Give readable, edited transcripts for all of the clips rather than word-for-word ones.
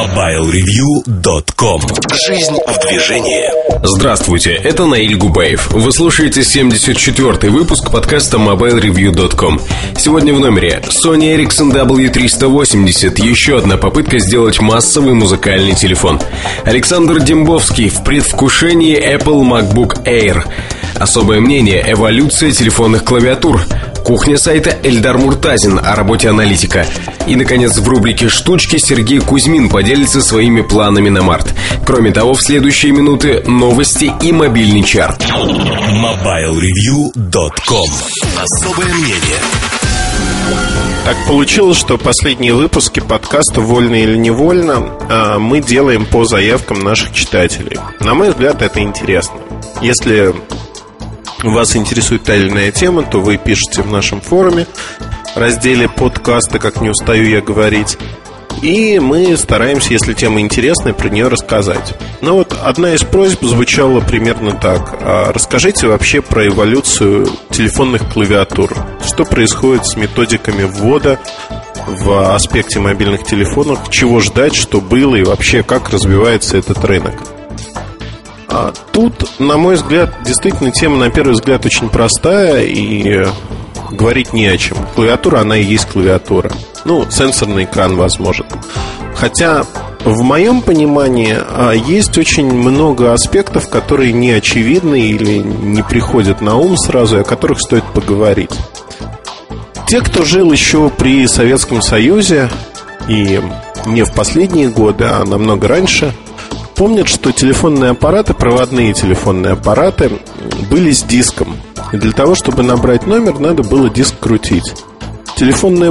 MobileReview.com. Жизнь в движении. Здравствуйте, это Наиль Губаев. Вы слушаете 74-й выпуск подкаста MobileReview.com. Сегодня в номере Sony Ericsson W380. Еще одна попытка сделать массовый музыкальный телефон. Александр Дембовский в предвкушении Apple MacBook Air. Особое мнение – эволюция телефонных клавиатур. Кухня сайта Эльдар Муртазин о работе аналитика. И, наконец, в рубрике «Штучки» Сергей Кузьмин поделится своими планами на март. Кроме того, в следующие минуты новости и мобильный чарт. MobileReview.com. Особое мнение. Так получилось, что последние выпуски подкаста «Вольно или невольно» мы делаем по заявкам наших читателей. На мой взгляд, это интересно. Если вас интересует та или иная тема, то вы пишете в нашем форуме, разделе подкаста, как не устаю я говорить. И мы стараемся, если тема интересная, про нее рассказать. Но вот одна из просьб звучала примерно так: расскажите вообще про эволюцию телефонных клавиатур. Что происходит с методиками ввода в аспекте мобильных телефонов, чего ждать, что было и вообще как развивается этот рынок. Тут, на мой взгляд, действительно тема, на первый взгляд, очень простая и говорить не о чем. Клавиатура, она и есть клавиатура. Ну, сенсорный экран, возможно. Хотя, в моем понимании, есть очень много аспектов, которые не очевидны или не приходят на ум сразу, о которых стоит поговорить. Те, кто жил еще при Советском Союзе, и не в последние годы, а намного раньше, помнят, что телефонные аппараты, проводные телефонные аппараты, были с диском. И для того, чтобы набрать номер, надо было диск крутить. Телефонные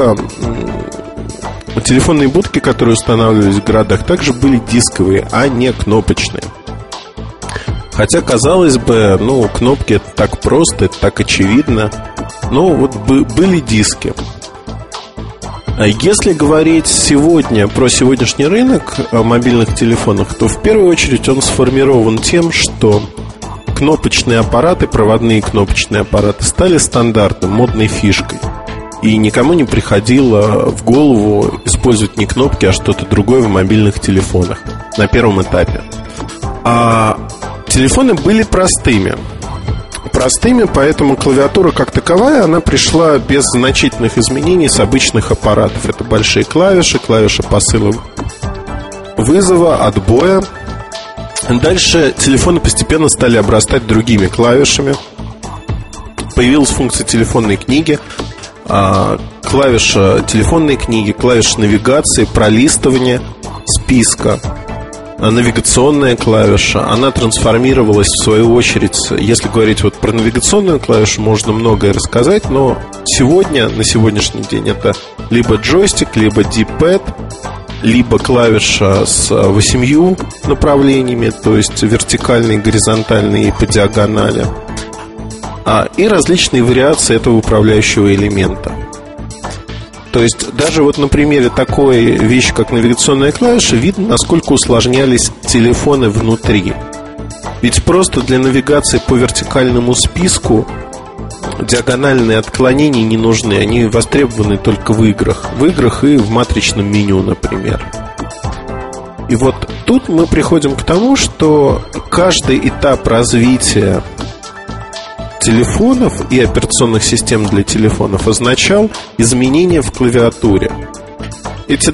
будки, которые устанавливались в городах, также были дисковые, а не кнопочные. Хотя, казалось бы, кнопки — это так просто, это так очевидно. Но вот были диски. Если говорить сегодня про сегодняшний рынок мобильных телефонов, то в первую очередь он сформирован тем, что кнопочные аппараты, проводные кнопочные аппараты стали стандартом, модной фишкой. И никому не приходило в голову использовать не кнопки, а что-то другое в мобильных телефонах на первом этапе. А телефоны были простыми, поэтому клавиатура как таковая, она пришла без значительных изменений с обычных аппаратов. Это большие клавиши посыла вызова, отбоя. Дальше телефоны постепенно стали обрастать другими клавишами. Появилась функция телефонной книги, клавиша телефонной книги, клавиша навигации, пролистывания списка. Навигационная клавиша, она трансформировалась в свою очередь. Если говорить вот про навигационную клавишу, можно многое рассказать, но на сегодняшний день это либо джойстик, либо D-pad, либо клавиша с 8 направлениями, то есть вертикальные, горизонтальные и по диагонали, и различные вариации этого управляющего элемента. То есть даже вот на примере такой вещи, как навигационная клавиша, видно, насколько усложнялись телефоны внутри. Ведь просто для навигации по вертикальному списку диагональные отклонения не нужны. Они востребованы только в играх и в матричном меню, например. И вот тут мы приходим к тому, что каждый этап развития телефонов и операционных систем для телефонов означал изменения в клавиатуре. Эти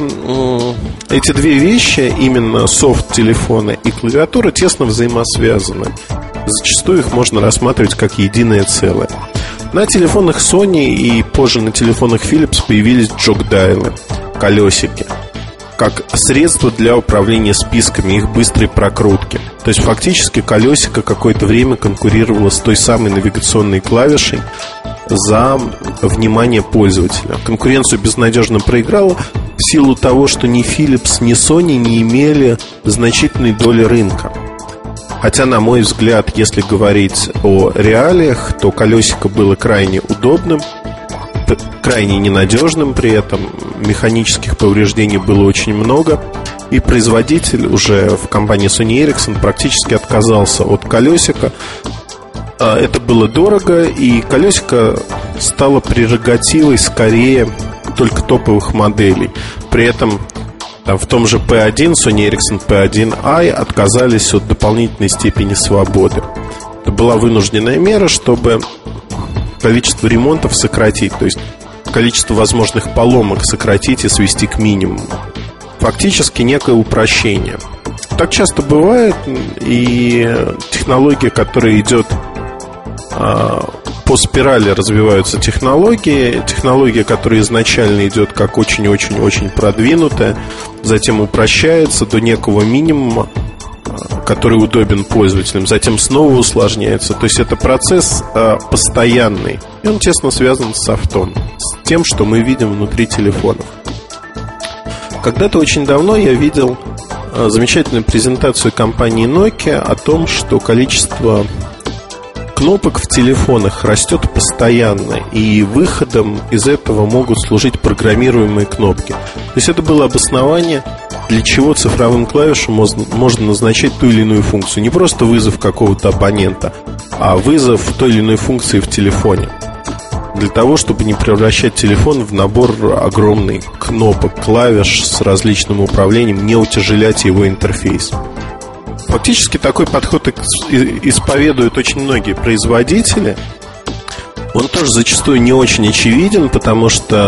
две вещи, именно софт телефона и клавиатура, тесно взаимосвязаны. Зачастую их можно рассматривать как единое целое. На телефонах Sony и позже на телефонах Philips появились джок-дайлы, колесики, как средство для управления списками, их быстрой прокрутки. То есть фактически колесико какое-то время конкурировало с той самой навигационной клавишей за внимание пользователя. Конкуренцию безнадежно проиграла в силу того, что ни Philips, ни Sony не имели значительной доли рынка. Хотя, на мой взгляд, если говорить о реалиях, то колесико было крайне удобным, крайне ненадежным при этом. Механических повреждений было очень много. И производитель уже в компании Sony Ericsson практически отказался от колесика. Это было дорого, и колесико стало прерогативой скорее только топовых моделей. При этом там, в том же P1, Sony Ericsson P1i отказались от дополнительной степени свободы. Это была вынужденная мера, чтобы количество ремонтов сократить, то есть количество возможных поломок сократить и свести к минимуму. Фактически некое упрощение. Так часто бывает, и технология, которая идет по спирали, развиваются технологии. Технология, которая изначально идет как очень-очень-очень продвинутая, затем упрощается до некого минимума, который удобен пользователям, затем снова усложняется. То есть это процесс постоянный, и он тесно связан с софтом, с тем, что мы видим внутри телефонов. Когда-то очень давно я видел замечательную презентацию компании Nokia о том, что количество кнопок в телефонах растет постоянно, и выходом из этого могут служить программируемые кнопки. То есть это было обоснование, для чего цифровым клавишам можно назначать ту или иную функцию. Не просто вызов какого-то абонента, а вызов той или иной функции в телефоне. Для того, чтобы не превращать телефон в набор огромных кнопок, клавиш с различным управлением, не утяжелять его интерфейс. Фактически такой подход исповедуют очень многие производители. Он тоже зачастую не очень очевиден, потому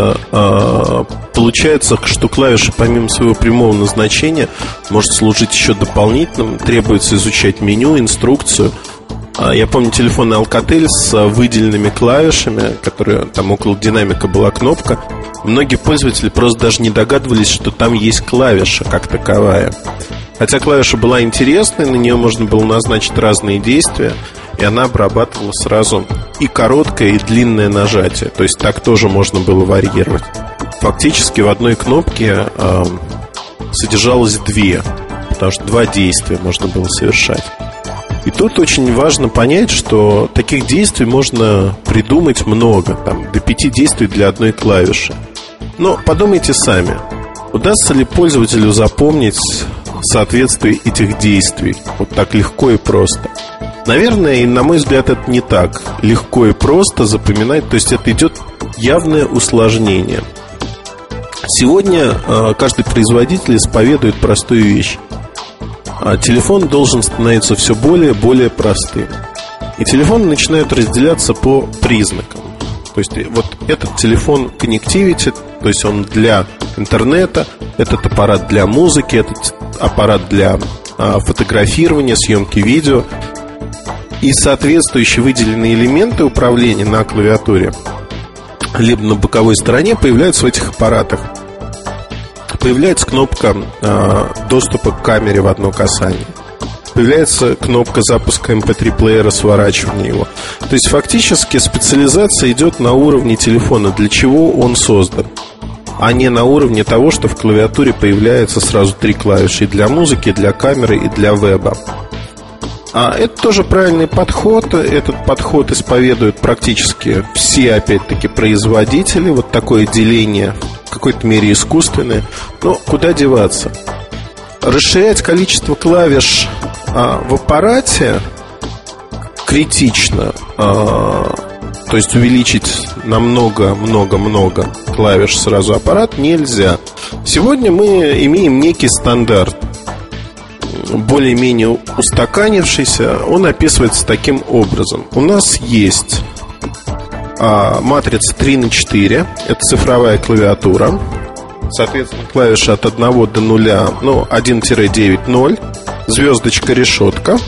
что получается, что клавиша помимо своего прямого назначения может служить еще дополнительным. Требуется изучать меню, инструкцию. Я помню телефонный Alcatel с выделенными клавишами, которые там около динамика была кнопка. Многие пользователи просто даже не догадывались, что там есть клавиша как таковая. Хотя клавиша была интересной, на нее можно было назначить разные действия, и она обрабатывала сразу и короткое, и длинное нажатие. То есть так тоже можно было варьировать. Фактически в одной кнопке содержалось две, потому что два действия можно было совершать. И тут очень важно понять, что таких действий можно придумать много, там, до 5 действий для одной клавиши. Но подумайте сами, удастся ли пользователю запомнить соответствие этих действий вот так легко и просто? Наверное, и на мой взгляд, это не так легко и просто запоминать. То есть это идет явное усложнение. Сегодня каждый производитель исповедует простую вещь. Телефон должен становиться все более и более простым. И телефоны начинают разделяться по признакам. То есть вот этот телефон connectivity, то есть он для интернета, этот аппарат для музыки, этот аппарат для фотографирования, съемки видео. И соответствующие выделенные элементы управления на клавиатуре либо на боковой стороне появляются в этих аппаратах. Появляется кнопка доступа к камере в одно касание. Появляется кнопка запуска MP3-плеера, сворачивания его. То есть фактически специализация идет на уровне телефона, для чего он создан, а не на уровне того, что в клавиатуре появляется сразу 3 клавиши: и для музыки, и для камеры, и для веба. Это тоже правильный подход. Этот подход исповедуют практически все, опять-таки, производители. Вот такое деление в какой-то мере искусственное. Но куда деваться? Расширять количество клавиш в аппарате критично. То есть увеличить на много-много-много клавиш сразу аппарат нельзя. Сегодня мы имеем некий стандарт, более-менее устаканившийся. Он описывается таким образом. У нас есть матрица 3×4. Это цифровая клавиатура. Соответственно, клавиши от 1 до 0, 1-9, 0, звездочка, решетка.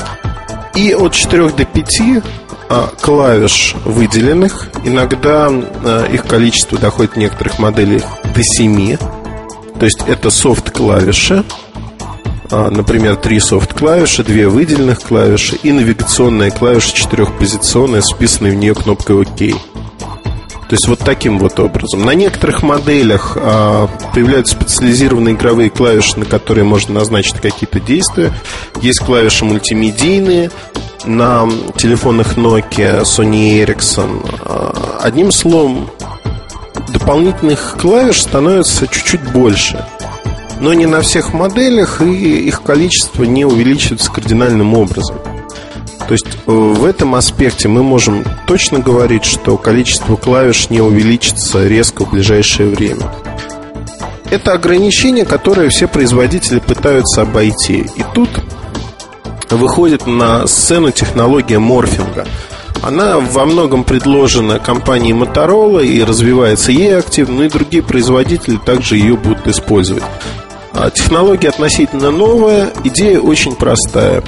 И от 4 до 5 клавиш выделенных. Иногда их количество доходит в некоторых моделях до 7. То есть это софт-клавиши. Например, 3 софт-клавиши, 2 выделенных клавиши и навигационная клавиша 4-позиционная, с вписанной в нее кнопкой ОК. То есть вот таким вот образом. На некоторых моделях появляются специализированные игровые клавиши, на которые можно назначить какие-то действия. Есть клавиши мультимедийные на телефонах Nokia, Sony Ericsson. Одним словом, дополнительных клавиш становится чуть-чуть больше, но не на всех моделях, и их количество не увеличивается кардинальным образом. То есть в этом аспекте мы можем точно говорить, что количество клавиш не увеличится резко в ближайшее время. это ограничение, которое все производители пытаются обойти. И тут выходит на сцену технология морфинга. Она во многом предложена компанией Motorola и развивается ей активно, но и другие производители также ее будут использовать. Технология относительно новая, идея очень простая.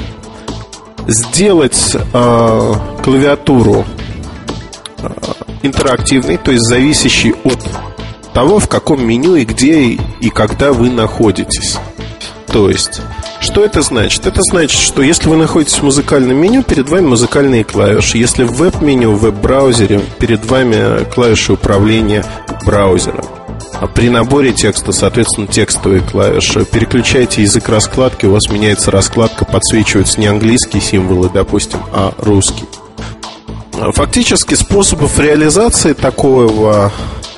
Сделать клавиатуру интерактивной, то есть зависящей от того, в каком меню и где и когда вы находитесь. То есть, что это значит? Это значит, что если вы находитесь в музыкальном меню, перед вами музыкальные клавиши. Если в веб-меню, в веб-браузере, перед вами клавиши управления браузером. А при наборе текста, соответственно, текстовые клавиши. Переключаете язык раскладки, у вас меняется раскладка, подсвечиваются не английские символы, допустим, а русский. Фактически способов реализации такой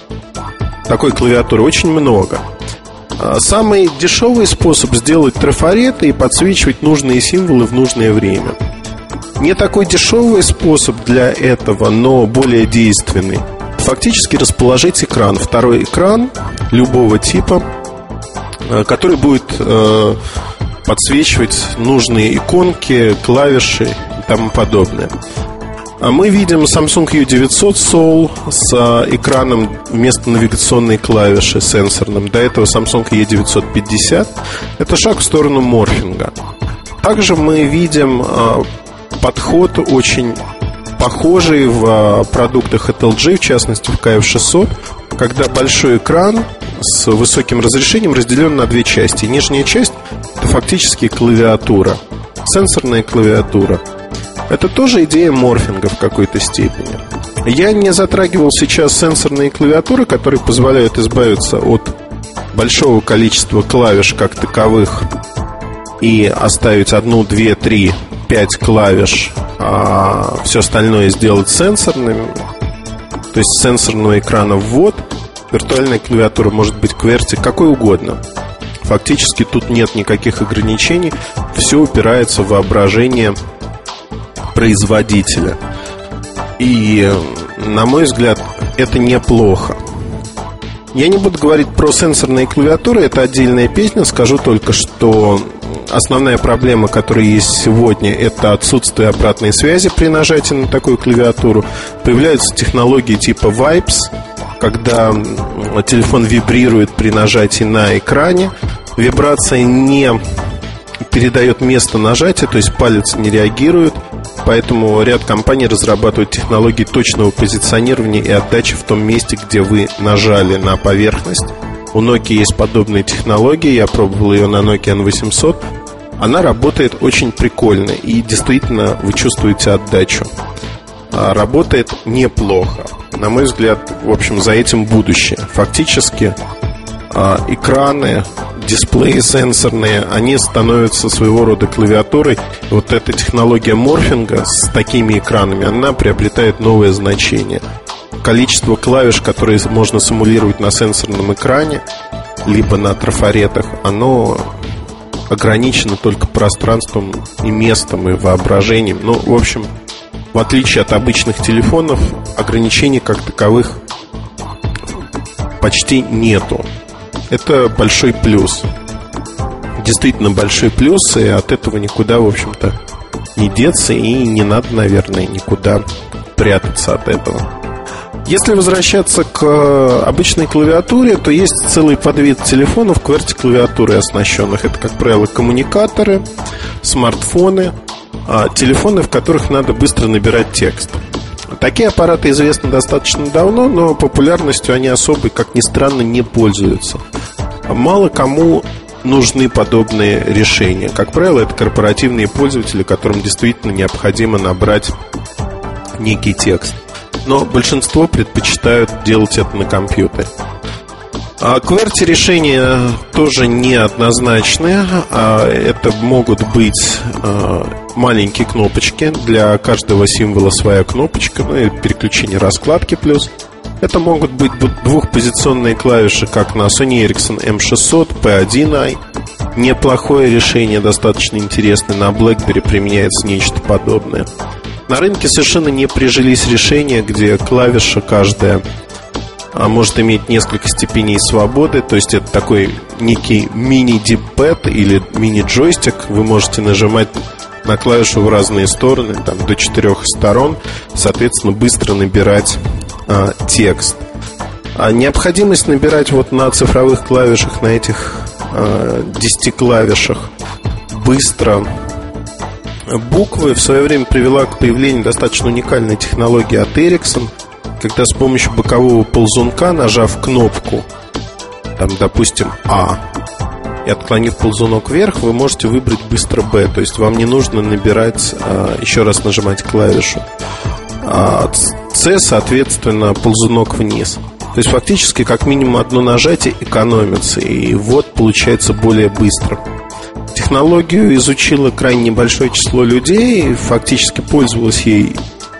клавиатуры очень много. Самый дешевый способ сделать трафареты и подсвечивать нужные символы в нужное время. Не такой дешевый способ для этого, но более действенный. Фактически расположить экран, второй экран любого типа, который будет подсвечивать нужные иконки, клавиши и тому подобное. Мы видим Samsung U900 Soul с экраном вместо навигационной клавиши сенсорным. До этого Samsung E950. Это шаг в сторону морфинга. Также мы видим подход очень похожий в продуктах от LG, в частности в KF600, когда большой экран с высоким разрешением разделен на две части. Нижняя часть — это фактически клавиатура, сенсорная клавиатура. Это тоже идея морфинга в какой-то степени. Я не затрагивал сейчас сенсорные клавиатуры, которые позволяют избавиться от большого количества клавиш как таковых и оставить 1, 2, 3, 5 клавиш, а все остальное сделать сенсорным. То есть с сенсорного экрана ввод. Виртуальная клавиатура может быть QWERTY, какой угодно. Фактически тут нет никаких ограничений. Все упирается в воображение производителя. И, на мой взгляд, это неплохо. Я не буду говорить про сенсорные клавиатуры, это отдельная песня. Скажу только, что основная проблема, которая есть сегодня, это отсутствие обратной связи при нажатии на такую клавиатуру. Появляются технологии типа Vibes, когда телефон вибрирует при нажатии на экране. Вибрация не передает место нажатия, то есть палец не реагирует. Поэтому ряд компаний разрабатывают технологии точного позиционирования и отдачи в том месте, где вы нажали на поверхность. У Nokia есть подобные технологии. Я пробовал ее на Nokia N800. Она работает очень прикольно. И действительно вы чувствуете отдачу. Работает неплохо. На мой взгляд, в общем, за этим будущее. Фактически экраны, дисплеи сенсорные, они становятся своего рода клавиатурой. Вот эта технология морфинга с такими экранами, она приобретает новое значение. Количество клавиш, которые можно симулировать на сенсорном экране, либо на трафаретах, оно ограничено только пространством и местом, и воображением. Ну, в общем, в отличие от обычных телефонов, ограничений как таковых почти нету. Это большой плюс. Действительно большой плюс, и от этого никуда, в общем-то, не деться, и не надо, наверное, никуда прятаться от этого. Если возвращаться к обычной клавиатуре, то есть целый подвид телефонов QWERTY-клавиатурой оснащенных. Это, как правило, коммуникаторы, смартфоны, телефоны, в которых надо быстро набирать текст. Такие аппараты известны достаточно давно, но популярностью они особой, как ни странно, не пользуются. Мало кому нужны подобные решения. Как правило, это корпоративные пользователи, которым действительно необходимо набрать некий текст. Но большинство предпочитают делать это на компьютере. QWERTY решения тоже неоднозначные. Это могут быть маленькие кнопочки. Для каждого символа своя кнопочка, ну и переключение раскладки плюс. Это могут быть двухпозиционные клавиши, как на Sony Ericsson M600, P1i. Неплохое решение, достаточно интересное. На BlackBerry применяется нечто подобное. На рынке совершенно не прижились решения, где клавиша каждая может иметь несколько степеней свободы. То есть это такой некий мини-диппэд или мини-джойстик. Вы можете нажимать на клавишу в разные стороны, там, до 4 сторон, соответственно, быстро набирать текст. Необходимость набирать вот на цифровых клавишах, на этих 10 клавишах быстро буквы в свое время привела к появлению достаточно уникальной технологии от Ericsson, когда с помощью бокового ползунка, нажав кнопку, там, допустим, А, и отклонив ползунок вверх, вы можете выбрать быстро Б. То есть вам не нужно набирать, еще раз нажимать клавишу. С, соответственно, ползунок вниз. То есть фактически как минимум одно нажатие экономится, и вот получается более быстро. Технологию изучило крайне небольшое число людей, фактически пользовались ей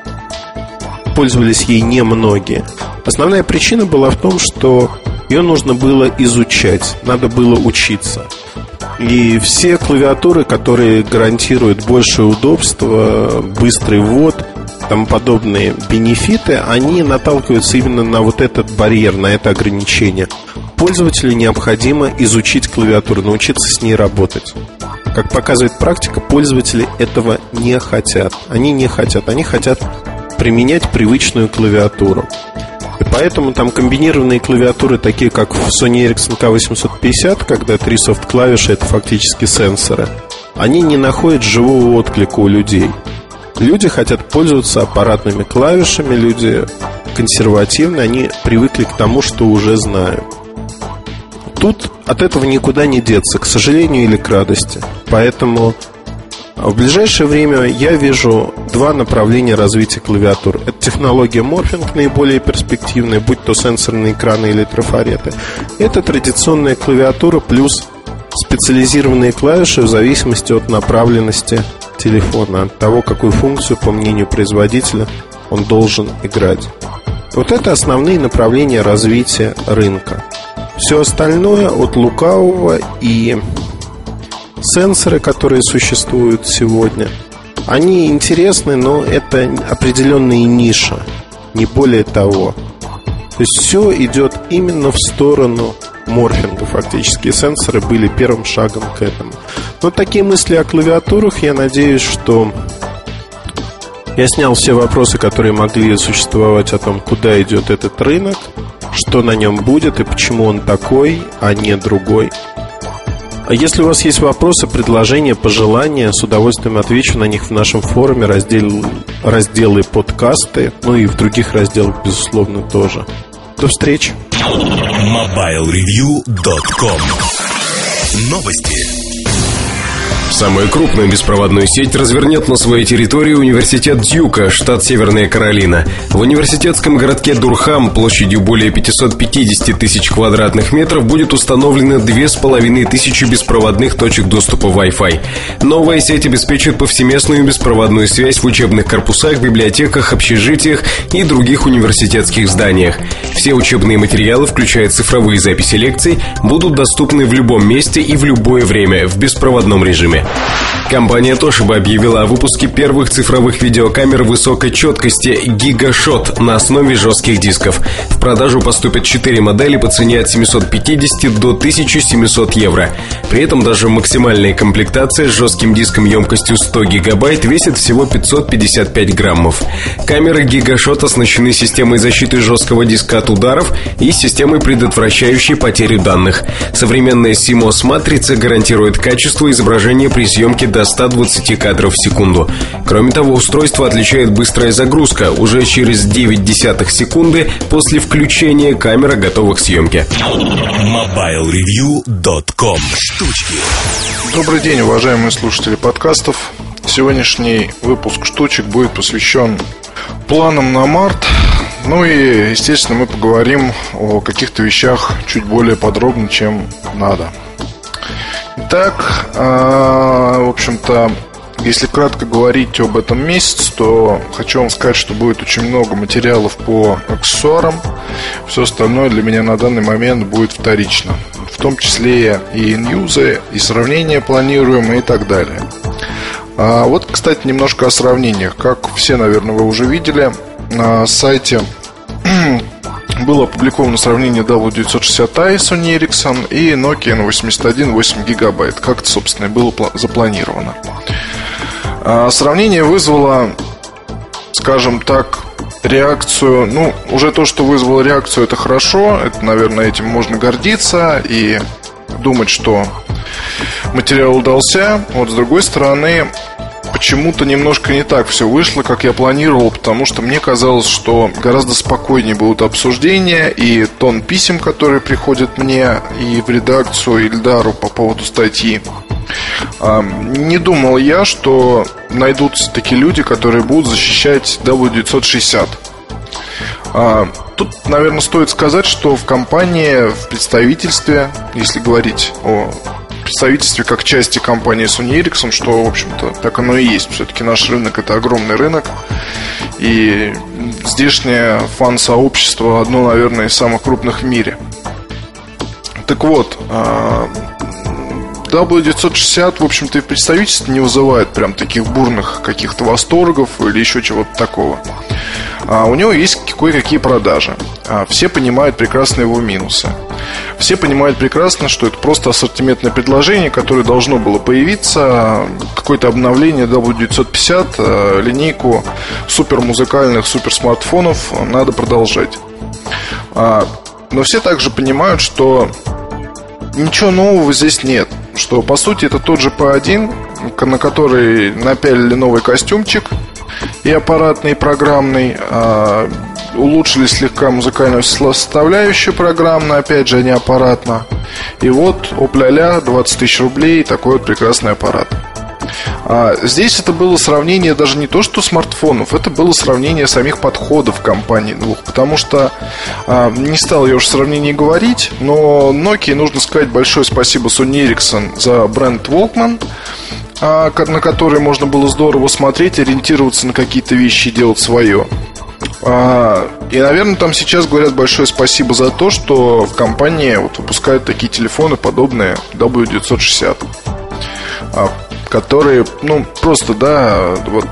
немногие. Основная причина была в том, что ее нужно было изучать, надо было учиться. И все клавиатуры, которые гарантируют большее удобство, быстрый ввод, тому подобные бенефиты, они наталкиваются именно на вот этот барьер, на это ограничение. Пользователю необходимо изучить клавиатуру, научиться с ней работать. Как показывает практика, пользователи этого не хотят. Они хотят применять привычную клавиатуру. И поэтому там комбинированные клавиатуры, такие как в Sony Ericsson K850, когда 3 софт-клавиши — это фактически сенсоры, они не находят живого отклика у людей. Люди хотят пользоваться аппаратными клавишами, люди консервативные, они привыкли к тому, что уже знают. Тут от этого никуда не деться, к сожалению или к радости. Поэтому в ближайшее время я вижу 2 направления развития клавиатур. Это технология морфинг, наиболее перспективная, будь то сенсорные экраны или трафареты. Это традиционная клавиатура плюс специализированные клавиши в зависимости от направленности телефона, от того, какую функцию, по мнению производителя, он должен играть. Вот это основные направления развития рынка. Все остальное от лукавого и сенсоры, которые существуют сегодня, они интересны, но это определенные ниши, не более того. То есть все идет именно в сторону морфинга фактически. И сенсоры были первым шагом к этому. Но такие мысли о клавиатурах, я надеюсь, что я снял все вопросы, которые могли существовать о том, куда идет этот рынок, что на нем будет и почему он такой, а не другой. А если у вас есть вопросы, предложения, пожелания, с удовольствием отвечу на них в нашем форуме, разделы подкасты, ну и в других разделах, безусловно, тоже. До встречи. MobileReview.com. Новости. Самую крупную беспроводную сеть развернет на своей территории университет Дьюка, штат Северная Каролина. В университетском городке Дурхам площадью более 550 тысяч квадратных метров будет установлено 2500 беспроводных точек доступа Wi-Fi. Новая сеть обеспечит повсеместную беспроводную связь в учебных корпусах, библиотеках, общежитиях и других университетских зданиях. Все учебные материалы, включая цифровые записи лекций, будут доступны в любом месте и в любое время в беспроводном режиме. Компания Toshiba объявила о выпуске первых цифровых видеокамер высокой четкости GigaShot на основе жестких дисков. В продажу поступят 4 модели по цене от 750 до 1700 евро. При этом даже максимальная комплектация с жестким диском емкостью 100 гигабайт весит всего 555 граммов. Камеры GigaShot оснащены системой защиты жесткого диска от ударов и системой, предотвращающей потерю данных. Современная CMOS-матрица гарантирует качество изображения при съемке до 120 кадров в секунду. Кроме того, устройство отличает быстрая загрузка. Уже через 0,9 секунды после включения камера готова к съемке. MobileReview.com. Штучки. Добрый день, уважаемые слушатели подкастов. Сегодняшний выпуск штучек будет посвящен планам на март. Ну и, естественно, мы поговорим о каких-то вещах чуть более подробно, чем надо. Итак, в общем-то, если кратко говорить об этом месяце, то хочу вам сказать, что будет очень много материалов по аксессуарам. Все остальное для меня на данный момент будет вторично. В том числе и ньюзы, и сравнения планируемые и так далее. Вот, кстати, немножко о сравнениях. Как все, наверное, вы уже видели, на сайте было опубликовано сравнение W960i Sony Ericsson и Nokia N81 8 гигабайт, как это, собственно, и было запланировано. Сравнение вызвало, скажем так, реакцию. Ну, уже то, что вызвало реакцию, это хорошо. Это, наверное, этим можно гордиться и думать, что материал удался. Вот с другой стороны, почему-то немножко не так все вышло, как я планировал, потому что мне казалось, что гораздо спокойнее будут обсуждения и тон писем, которые приходят мне и в редакцию Ильдару по поводу статьи. Не думал я, что найдутся такие люди, которые будут защищать W960. Тут, наверное, стоит сказать, что в компании, в представительстве, если говорить о представительстве как части компании Sony Ericsson, что, в общем-то, так оно и есть. Все-таки наш рынок — это огромный рынок. И здешнее фан-сообщество одно, наверное, из самых крупных в мире. Так вот, W960, в общем-то, и в представительстве не вызывает прям таких бурных каких-то восторгов или еще чего-то такого. У него есть кое-какие продажи. Все понимают прекрасно его минусы. Все понимают прекрасно, что это просто ассортиментное предложение, которое должно было появиться. Какое-то обновление W950, линейку супермузыкальных, суперсмартфонов надо продолжать. Но все также понимают, что ничего нового здесь нет. Что, по сути, это тот же P1, на который напялили новый костюмчик, и аппаратный, и программный, улучшили слегка музыкальную составляющую программно, опять же, а не аппаратно. И вот, опля-ля, 20 тысяч рублей, такой вот прекрасный аппарат. Здесь это было сравнение даже не то, что смартфонов, это было сравнение самих подходов компаний двух. Потому что, не стал я уж в сравнении говорить, но Nokia нужно сказать большое спасибо Sony Ericsson за бренд Walkman, на который можно было здорово смотреть, ориентироваться на какие-то вещи и делать свое. И, наверное, там сейчас говорят большое спасибо за то, что в компании вот выпускают такие телефоны, подобные W960, которые, ну, просто, да, вот.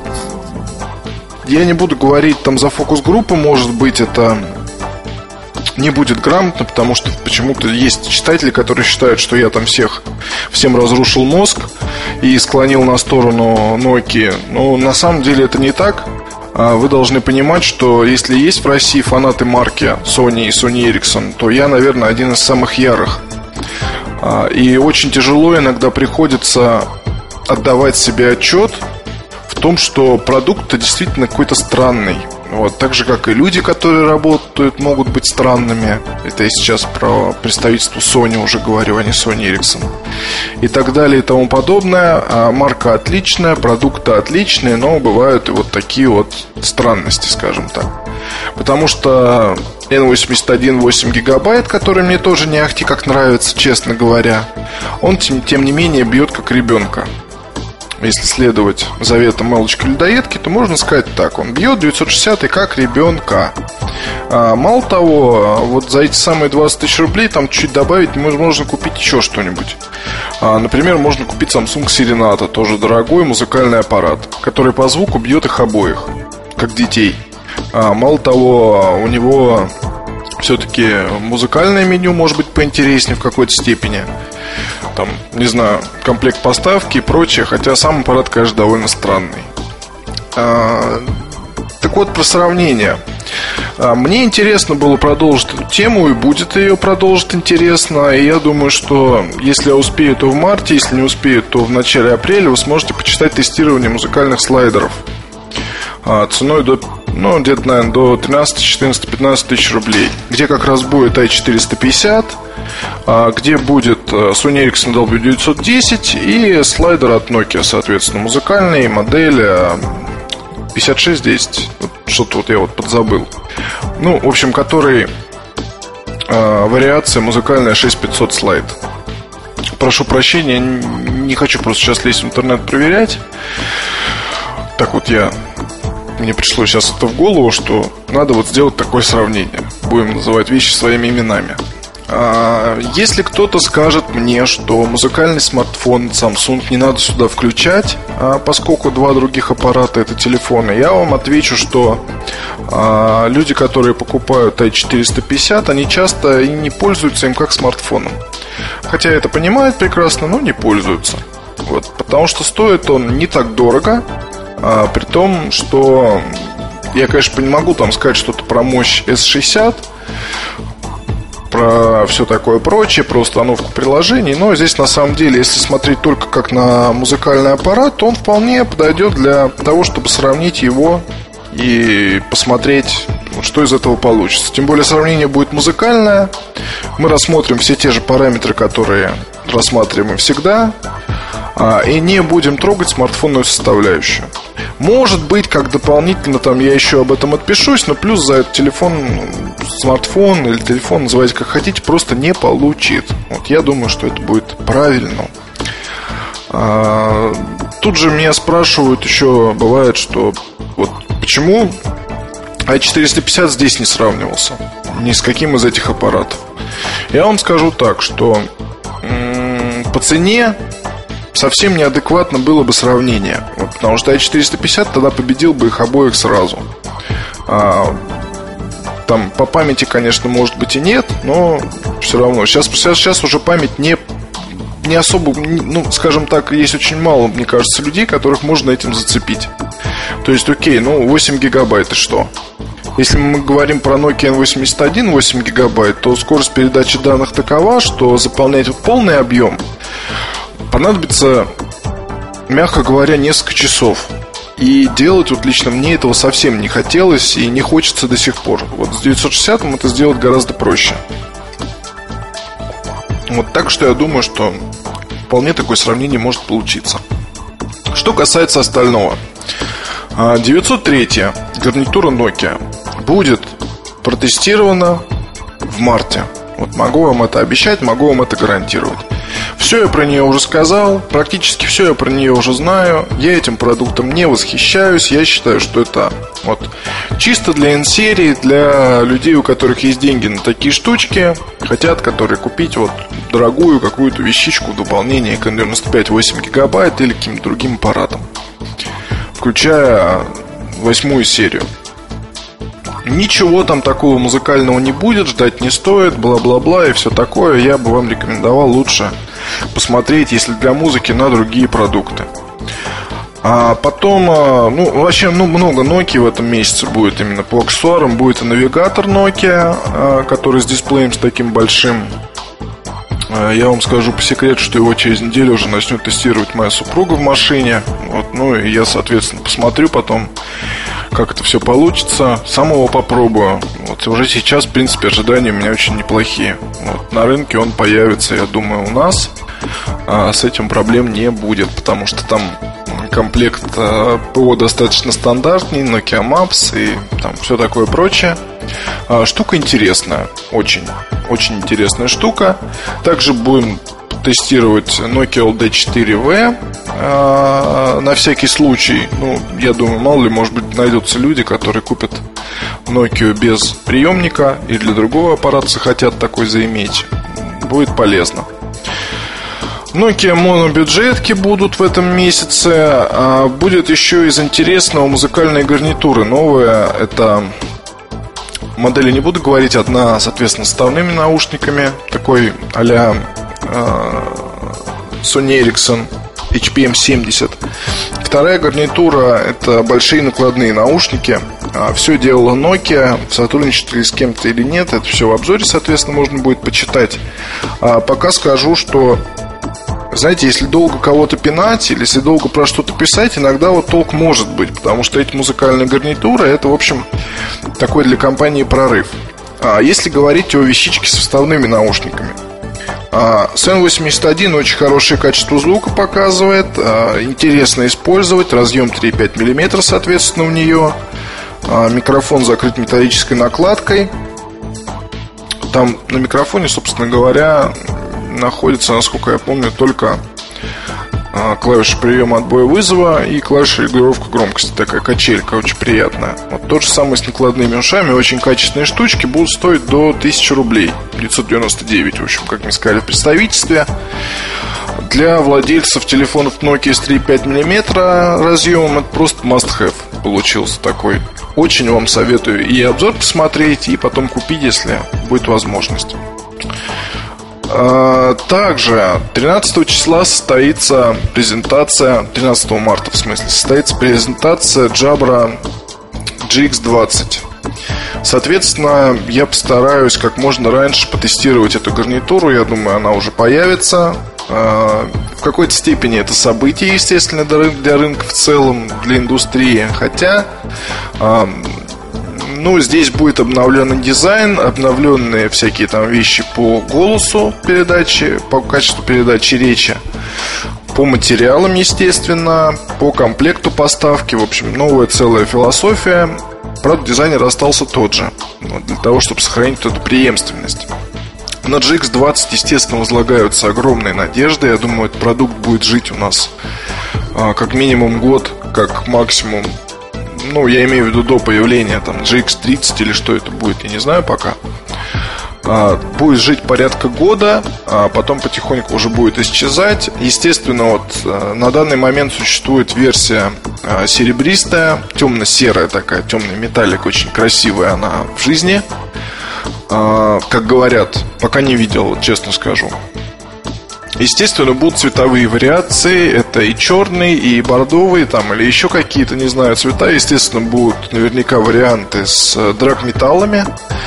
Я не буду говорить там за фокус-группу, может быть, это не будет грамотно, потому что почему-то есть читатели, которые считают, что я там всем разрушил мозг и склонил на сторону Nokia. Но на самом деле это не так. Вы должны понимать, что если есть в России фанаты марки Sony и Sony Ericsson, то я, наверное, один из самых ярых. И очень тяжело иногда приходится отдавать себе отчет в том, что продукт действительно какой-то странный. Вот, так же, как и люди, которые работают, могут быть странными. Это я сейчас про представительство Sony уже говорю, а не Sony Ericsson. И так далее и тому подобное. Марка отличная, продукты отличные, но бывают и вот такие вот странности, скажем так. Потому что N81 8 гигабайт, который мне тоже не ахти как нравится, честно говоря, он, тем не менее, бьет как ребенка. Если следовать заветам Элочки-людоедки, то можно сказать так: он бьет 960 как ребенка. Мало того, вот за эти самые 20 тысяч рублей там чуть добавить можно купить еще что-нибудь. Например, можно купить Samsung Serenata, тоже дорогой музыкальный аппарат, который по звуку бьет их обоих, как детей. Мало того, у него все-таки музыкальное меню может быть поинтереснее в какой-то степени. Там, не знаю, комплект поставки и прочее. Хотя сам аппарат, конечно, довольно странный. Так вот, про сравнение. Мне интересно было продолжить эту тему, и будет ее продолжить интересно. И я думаю, что если я успею, то в марте. Если не успею, то в начале апреля вы сможете почитать тестирование музыкальных слайдеров ценой до, где-то, наверное, до 13, 14, 15 тысяч рублей. Где как раз будет i450, где будет Sony Ericsson W910 и слайдер от Nokia, соответственно, музыкальный, модель 5610. Что-то вот я вот подзабыл. Ну, в общем, который вариация музыкальная 6500 слайд. Прошу прощения, не хочу просто сейчас лезть в интернет проверять. Так вот мне пришло сейчас это в голову, что надо вот сделать такое сравнение. Будем называть вещи своими именами. Если кто-то скажет мне, что музыкальный смартфон Samsung не надо сюда включать, поскольку два других аппарата — это телефоны, я вам отвечу, что люди, которые покупают i450, они часто и не пользуются им как смартфоном. Хотя это понимают прекрасно, но не пользуются. Вот, потому что стоит он не так дорого, при том, что я, конечно, не могу там сказать что-то про мощь S60, про все такое прочее, про установку приложений. Но здесь на самом деле, если смотреть только как на музыкальный аппарат, то он вполне подойдет для того, чтобы сравнить его и посмотреть, что из этого получится. Тем более сравнение будет музыкальное. Мы рассмотрим все те же параметры, которые рассматриваем всегда, и не будем трогать смартфонную составляющую. Может быть, как дополнительно, там я еще об этом отпишусь, но плюс за этот телефон, смартфон или телефон, называйте как хотите, просто не получит. Вот я думаю, что это будет правильно. Тут же меня спрашивают еще, бывает, что вот почему i450 здесь не сравнивался ни с каким из этих аппаратов. Я вам скажу так, что по цене совсем неадекватно было бы сравнение, вот, потому что i450 тогда победил бы их обоих сразу. Там по памяти, конечно, может быть и нет, но все равно. Сейчас уже память не особо, ну, скажем так, есть очень мало, мне кажется, людей, которых можно этим зацепить. То есть, окей, 8 гигабайт и что? Если мы говорим про Nokia N81 8 гигабайт, то скорость передачи данных такова, что заполнять полный объем понадобится, мягко говоря, несколько часов. И делать вот лично мне этого совсем не хотелось и не хочется до сих пор. Вот с 960-м это сделать гораздо проще. Вот так что я думаю, что вполне такое сравнение может получиться. Что касается остального, 903 гарнитура Nokia будет протестирована в марте. Вот могу вам это обещать, могу вам это гарантировать. Все я про нее уже сказал, практически все я про нее уже знаю. Я этим продуктом не восхищаюсь. Я считаю, что это вот чисто для N-серии, для людей, у которых есть деньги на такие штучки, хотят, которые купить вот дорогую какую-то вещичку в дополнение к N95 8 гигабайт или каким-то другим аппаратом, включая 8-ю серию. Ничего там такого музыкального не будет, ждать не стоит, бла-бла-бла и все такое. Я бы вам рекомендовал лучше посмотреть, если для музыки, на другие продукты. А потом, вообще, много Nokia в этом месяце будет. Именно по аксессуарам будет и навигатор Nokia, который с дисплеем с таким большим. Я вам скажу по секрету, что его через неделю уже начнет тестировать моя супруга в машине. Вот, и я, соответственно, посмотрю потом, как это все получится. Сам его попробую. Вот, уже сейчас, в принципе, ожидания у меня очень неплохие. Вот, на рынке он появится, я думаю, у нас. С этим проблем не будет, потому что там комплект ПО достаточно стандартный, Nokia Maps и там все такое прочее. Штука интересная, очень интересная штука. Также будем тестировать Nokia LD4V на всякий случай. Я думаю, мало ли, может быть, найдутся люди, которые купят Nokia без приемника и для другого аппарата захотят такой заиметь. Будет полезно. Nokia монобюджетки будут в этом месяце. Будет еще из интересного музыкальные гарнитуры. Новая, это модели не буду говорить. Одна, соответственно, с вставными наушниками, такой а-ля Sony Ericsson HPM70. Вторая гарнитура — это большие накладные наушники. Все делала Nokia. В сотрудничестве с кем-то или нет, это все в обзоре, соответственно, можно будет почитать. Пока скажу, что, знаете, если долго кого-то пинать или если долго про что-то писать, иногда вот толк может быть, потому что эти музыкальные гарнитуры — это, в общем, такой для компании прорыв. Если говорить о вещичке с вставными наушниками, N81 очень хорошее качество звука показывает, интересно использовать, разъем 3,5 мм, соответственно, у нее, микрофон закрыт металлической накладкой. Там на микрофоне, собственно говоря, находится, насколько я помню, только клавиша приема отбоя вызова и клавиша регулировки громкости. Такая качелька очень приятная. Вот то же самое с накладными ушами. Очень качественные штучки будут стоить до 1000 рублей. 999, в общем, как мне сказали в представительстве. Для владельцев телефонов Nokia с 3,5 мм разъемом это просто must-have получился такой. Очень вам советую и обзор посмотреть, и потом купить, если будет возможность. Также 13 числа состоится презентация, 13 марта в смысле, состоится презентация Jabra GX20. Соответственно, я постараюсь как можно раньше потестировать эту гарнитуру. Я думаю, она уже появится. В какой-то степени это событие, естественно, для рынка в целом, для индустрии. Хотя здесь будет обновленный дизайн, обновленные всякие там вещи по голосу передачи, по качеству передачи речи, по материалам, естественно, по комплекту поставки. В общем, новая целая философия. Правда, дизайнер остался тот же, для того, чтобы сохранить эту преемственность. На GX20, естественно, возлагаются огромные надежды. Я думаю, этот продукт будет жить у нас как минимум год, как максимум. Я имею в виду до появления там GX30 или что это будет, я не знаю пока. Будет жить порядка года, а потом потихоньку уже будет исчезать. Естественно, на данный момент существует версия серебристая, темно-серая такая, темный металлик, очень красивая она в жизни. Как говорят, пока не видел, честно скажу. Естественно, будут цветовые вариации. Это и черный, и бордовый, или еще какие-то, не знаю, цвета. Естественно, будут наверняка варианты с драгметаллами.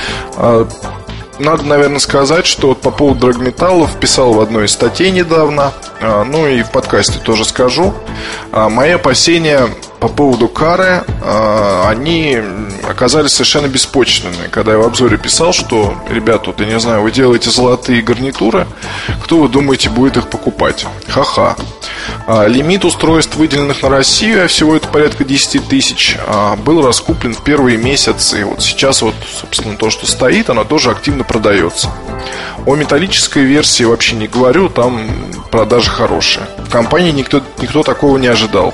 Надо, наверное, сказать, что по поводу драгметаллов писал в одной из статей недавно, и в подкасте тоже скажу. Мои опасения по поводу кары, они оказались совершенно беспочвенными. Когда я в обзоре писал, что, ребята, я не знаю, вы делаете золотые гарнитуры, кто, вы думаете, будет их покупать? Ха-ха. Лимит устройств, выделенных на Россию, всего это порядка 10 тысяч, был раскуплен в первые месяцы. И сейчас, собственно, то, что стоит, оно тоже активно продается. О металлической версии вообще не говорю, там продажи хорошие. В компании никто такого не ожидал.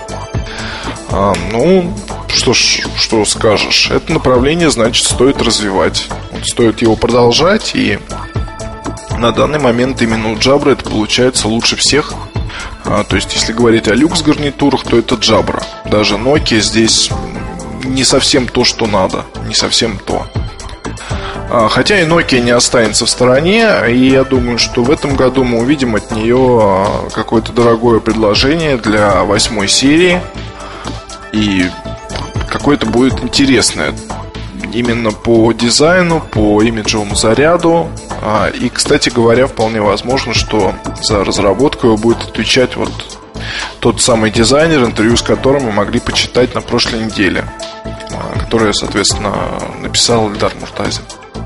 Что скажешь? Это направление, значит, стоит развивать. Стоит его продолжать. И на данный момент именно у Jabra это получается лучше всех. То есть, если говорить о люкс-гарнитурах, то это Jabra. Даже Nokia здесь не совсем то, что надо. Не совсем то. Хотя и Nokia не останется в стороне. И я думаю, что в этом году мы увидим от нее какое-то дорогое предложение для 8 серии. И какое-то будет интересное именно по дизайну, по имиджевому заряду. И, кстати говоря, вполне возможно, что за разработку его будет отвечать тот самый дизайнер, интервью с которым мы могли почитать на прошлой неделе, которое, соответственно, написал Эльдар Муртазин.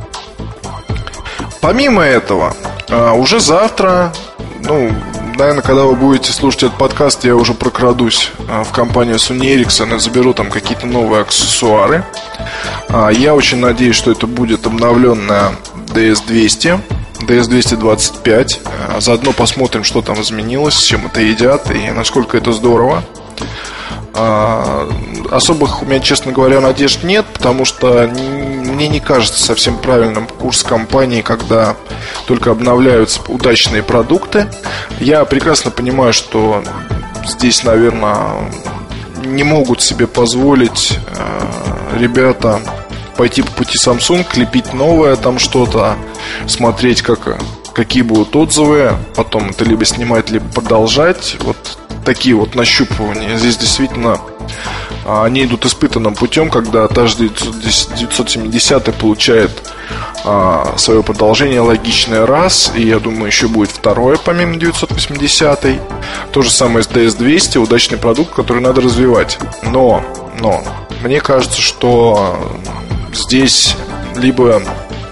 Помимо этого, уже завтра, наверное, когда вы будете слушать этот подкаст, я уже прокрадусь в компанию Sony Ericsson и заберу там какие-то новые аксессуары. Я очень надеюсь, что это будет обновленная DS200, DS225. Заодно посмотрим, что там изменилось, с чем это едят и насколько это здорово. Особых у меня, честно говоря, надежд нет, потому что мне не кажется совсем правильным курс компании, когда только обновляются удачные продукты. Я прекрасно понимаю, что здесь, наверное, не могут себе позволить ребята пойти по пути Samsung, клепить новое там что-то, смотреть, какие будут отзывы, потом это либо снимать, либо продолжать. Такие нащупывания. Здесь действительно они идут испытанным путем, когда та же 970 получает свое продолжение логичное раз, и я думаю, еще будет второе помимо 980. То же самое с DS200, удачный продукт, который надо развивать. Но мне кажется, что здесь либо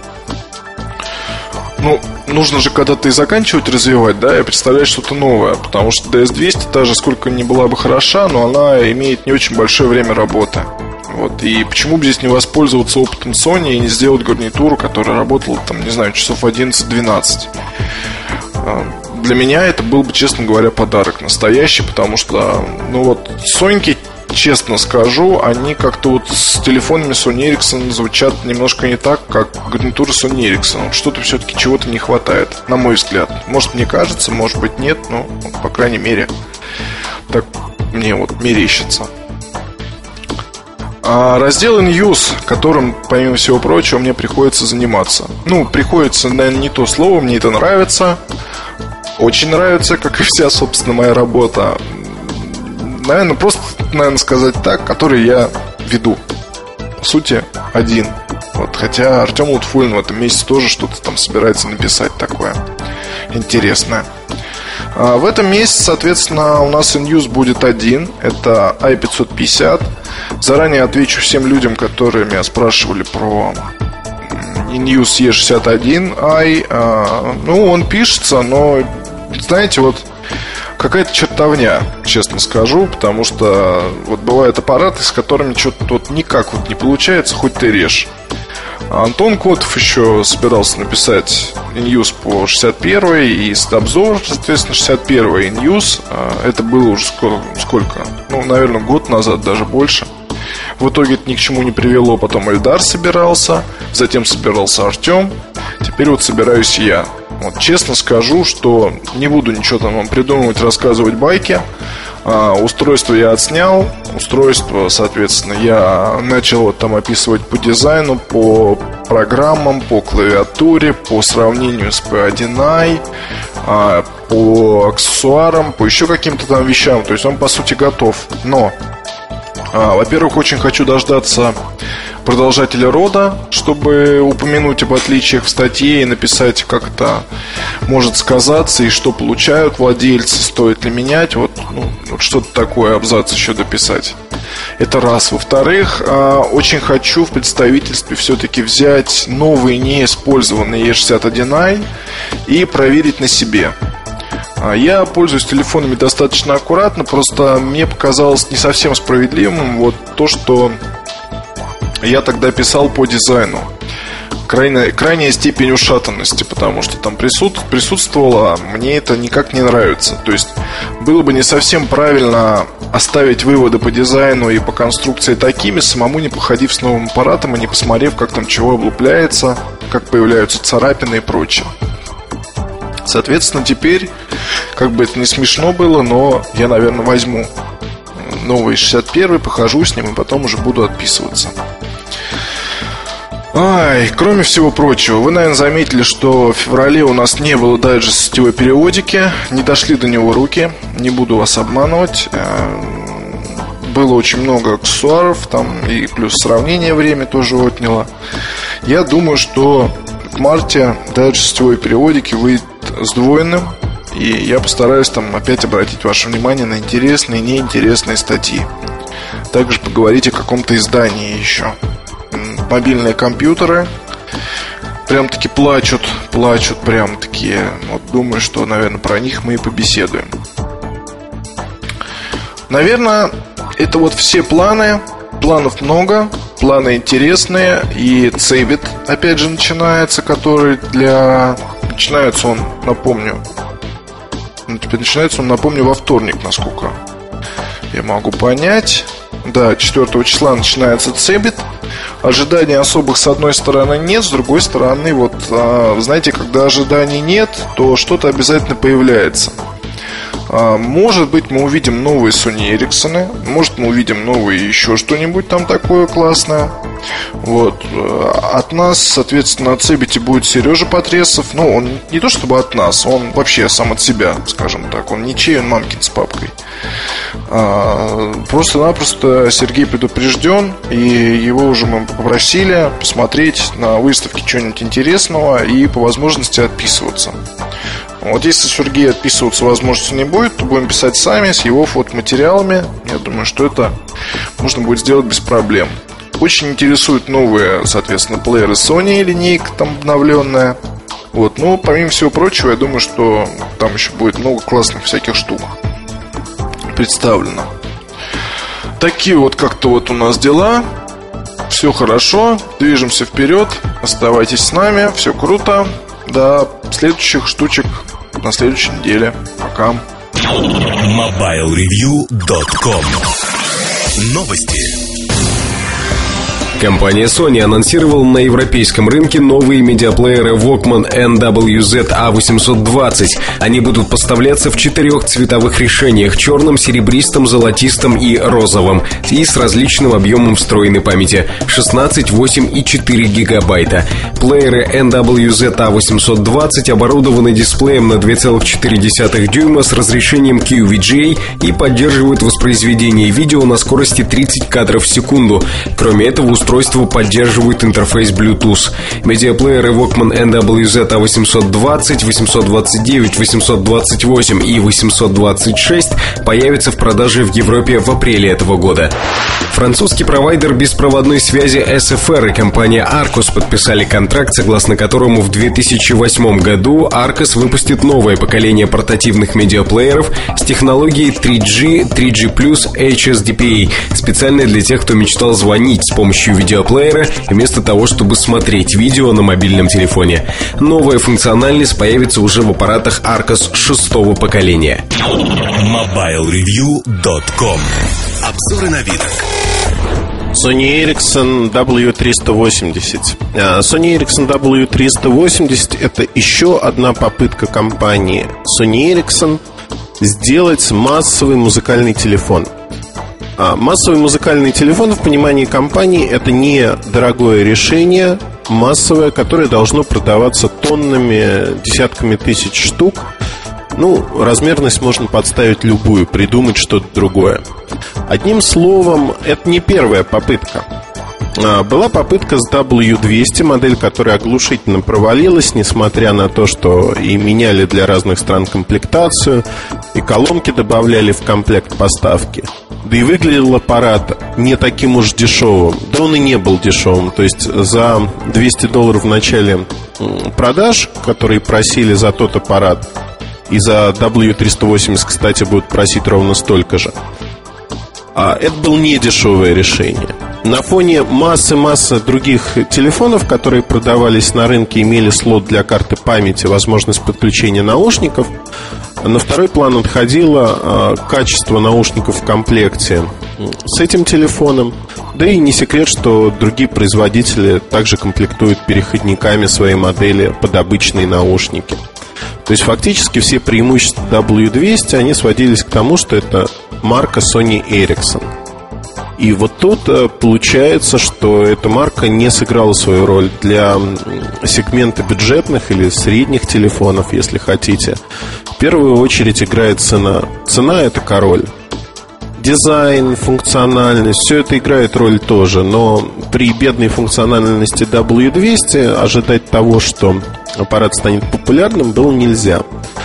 нужно же когда-то и заканчивать развивать, да, и представлять что-то новое. Потому что DS200, даже сколько ни была бы хороша, но она имеет не очень большое время работы. И почему бы здесь не воспользоваться опытом Sony и не сделать гарнитуру, которая работала, часов 11-12. для меня это был бы, честно говоря, подарок настоящий, потому что, ну вот, Соньки, честно скажу, они как-то вот с телефонами Sony Ericsson звучат немножко не так, как гарнитура Sony Ericsson. Что-то все-таки чего-то не хватает, на мой взгляд. Может, мне кажется, может быть, нет, но, по крайней мере, так мне вот мерещится. Раздел In-Use, которым, помимо всего прочего, мне приходится заниматься. Ну, приходится, наверное, не то слово, мне это нравится. Очень нравится, как и вся, собственно, моя работа. Наверное, просто, сказать так, который я веду. По сути, один. Вот, хотя Артем Лутфуллин в этом месяце тоже что-то там собирается написать такое интересное. В этом месяце, соответственно, у нас In-Use будет один. Это i550. Заранее отвечу всем людям, которые меня спрашивали про In-Use E61i. Ну, он пишется, но, знаете, вот какая-то чертовня, честно скажу. Потому что вот бывают аппараты, с которыми что-то вот никак вот не получается, хоть ты режь. Антон Котов еще собирался написать In-Use по 61 и обзор, соответственно, 61 In-Use. Это было уже сколько? Ну, наверное, год назад, даже больше. В итоге это ни к чему не привело. Потом Эльдар собирался, затем собирался Артем. Теперь вот собираюсь я. Вот честно скажу, что не буду ничего там вам придумывать, рассказывать байки. Устройство я отснял. Устройство, соответственно, я начал вот там описывать по дизайну, по программам, по клавиатуре, по сравнению с P1i, по аксессуарам, по еще каким-то там вещам. То есть он, по сути, готов. Но, во-первых, очень хочу дождаться продолжателя рода, чтобы упомянуть об отличиях в статье и написать, как это может сказаться и что получают владельцы, стоит ли менять. Вот что-то такое, абзац еще дописать. Это раз. Во-вторых, очень хочу в представительстве все-таки взять новый неиспользованный E61i и проверить на себе. Я пользуюсь телефонами достаточно аккуратно, просто мне показалось не совсем справедливым вот то, что я тогда писал по дизайну. Крайняя степень ушатанности, потому что там присутствовало, мне это никак не нравится. То есть было бы не совсем правильно оставить выводы по дизайну и по конструкции такими, самому не походив с новым аппаратом и не посмотрев, как там чего облупляется, как появляются царапины и прочее. Соответственно, теперь, как бы это не смешно было, но я, наверное, возьму новый 61, похожу с ним и потом уже буду отписываться. Кроме всего прочего, вы, наверное, заметили, что в феврале у нас не было дайджеста сетевой периодики. Не дошли до него руки. Не буду вас обманывать. Было очень много аксессуаров. Там и плюс сравнение время тоже отняло. Я думаю, что в марте дайджест сетевой периодики выйдет сдвоенным. И я постараюсь там опять обратить ваше внимание на интересные и неинтересные статьи. Также поговорить о каком-то издании еще. Мобильные компьютеры прям-таки плачут прям-таки. Вот думаю, что, наверное, про них мы и побеседуем. Наверное, это вот все планы. Планов много, планы интересные. И Cebit опять же начинается, который начинается он, напомню, во вторник, насколько я могу понять. Да, 4 числа начинается Cebit. Ожиданий особых с одной стороны нет, с другой стороны, вот, знаете, когда ожиданий нет, то что-то обязательно появляется. Может быть, мы увидим новые Sony Ericsson, может, мы увидим новые еще что-нибудь там такое классное. Вот. От нас, соответственно, на Cebit будет Сережа Потресов. Ну, он не то чтобы от нас, он вообще сам от себя, скажем так. Он ничей, он мамкин с папкой. Просто-напросто Сергей предупрежден, и его уже мы попросили посмотреть на выставке что-нибудь интересного и по возможности отписываться. Вот если Сергей отписываться возможности не будет, то будем писать сами с его фотоматериалами. Я думаю, что это можно будет сделать без проблем. Очень интересуют новые, соответственно, плееры Sony, линейка там обновленная. Вот, но помимо всего прочего, я думаю, что там еще будет много классных всяких штук представлено. Такие вот как-то вот у нас дела. Все хорошо, движемся вперед. Оставайтесь с нами, все круто. До следующих штучек на следующей неделе. Пока. MobileReview.com. Новости. Компания Sony анонсировала на европейском рынке новые медиаплееры Walkman NWZ-A820. Они будут поставляться в 4 цветовых решениях: черном, серебристом, золотистом и розовом, и с различным объемом встроенной памяти — 16, 8 и 4 гигабайта. Плееры NWZ-A820 оборудованы дисплеем на 2,4 дюйма с разрешением QVGA и поддерживают воспроизведение видео на скорости 30 кадров в секунду. Кроме этого, устройство поддерживает интерфейс Bluetooth. Медиаплееры Walkman NWZ-A820, 829, 828 и 826 появятся в продаже в Европе в апреле этого года. Французский провайдер беспроводной связи SFR и компания Arcos подписали контракт, согласно которому в 2008 году Arcos выпустит новое поколение портативных медиаплееров с технологией 3G, 3G+, HSDPA, специально для тех, кто мечтал звонить с помощью видеоплеера вместо того, чтобы смотреть видео на мобильном телефоне. Новая функциональность появится уже в аппаратах Arcos 6-го поколения. MobileReview.com. Обзоры новинок. Sony Ericsson W380. Sony Ericsson W380 — это еще одна попытка компании Sony Ericsson сделать массовый музыкальный телефон. Массовый музыкальный телефон в понимании компании — это не дорогое решение, массовое, которое должно продаваться тоннами, десятками тысяч штук. Размерность можно подставить любую, придумать что-то другое. Одним словом, это не первая попытка. Была попытка с W200, модель, которая оглушительно провалилась, несмотря на то, что и меняли для разных стран комплектацию, и колонки добавляли в комплект поставки. Да и выглядел аппарат не таким уж дешевым. Да он и не был дешевым. То есть за $200 в начале продаж, которые просили за тот аппарат, и за W380, кстати, будут просить ровно столько же, это было не дешевое решение. На фоне массы других телефонов, которые продавались на рынке, имели слот для карты памяти, возможность подключения наушников, на второй план отходило качество наушников в комплекте с этим телефоном. Да и не секрет, что другие производители также комплектуют переходниками свои модели под обычные наушники. То есть фактически все преимущества W200, они сводились к тому, что это марка Sony Ericsson. И вот тут получается, что эта марка не сыграла свою роль для сегмента бюджетных или средних телефонов, если хотите. В первую очередь играет цена. Цена — это король. Дизайн, функциональность, все это играет роль тоже. Но при бедной функциональности W200 ожидать того, что аппарат станет популярным, было нельзя.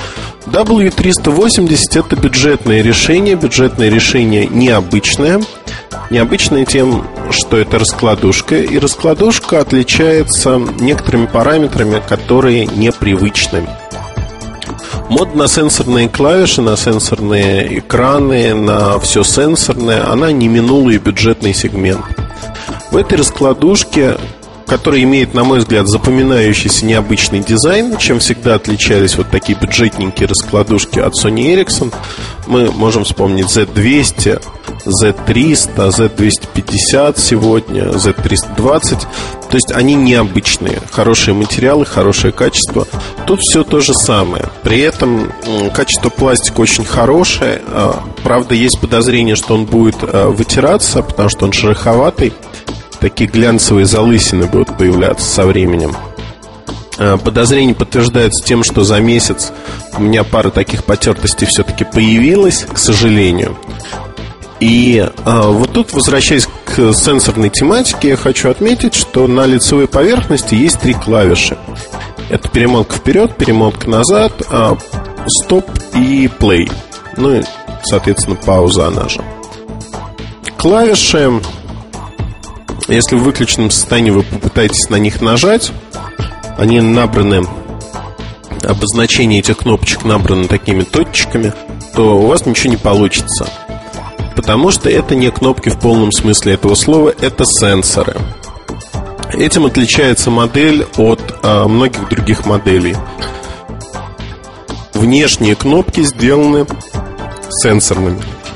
W380 — это бюджетное решение необычное. Необычное тем, что это раскладушка. И раскладушка отличается некоторыми параметрами, которые непривычны. Мода на сенсорные клавиши, на сенсорные экраны, на все сенсорное, она не минула и бюджетный сегмент. В этой раскладушке, которая имеет, на мой взгляд, запоминающийся необычный дизайн, чем всегда отличались вот такие бюджетненькие раскладушки от Sony Ericsson, мы можем вспомнить Z200, Z300, Z250 сегодня, Z320. То есть они необычные, хорошие материалы, хорошее качество. Тут все то же самое. При этом качество пластика очень хорошее. Правда, есть подозрение, что он будет вытираться, потому что он шероховатый. Такие глянцевые залысины будут появляться со временем. Подозрение подтверждается тем, что за месяц у меня пара таких потертостей все-таки появилась, к сожалению. И вот тут, возвращаясь к сенсорной тематике, я хочу отметить, что на лицевой поверхности есть 3 клавиши. Это перемотка вперед, перемотка назад, стоп и плей. Ну и, соответственно, пауза она же. Клавиши, если в выключенном состоянии вы попытаетесь на них нажать, они набраны, обозначение этих кнопочек набрано такими точечками, то у вас ничего не получится. Потому что это не кнопки в полном смысле этого слова, это сенсоры. Этим отличается модель от многих других моделей. внешние кнопки сделаны сенсорными.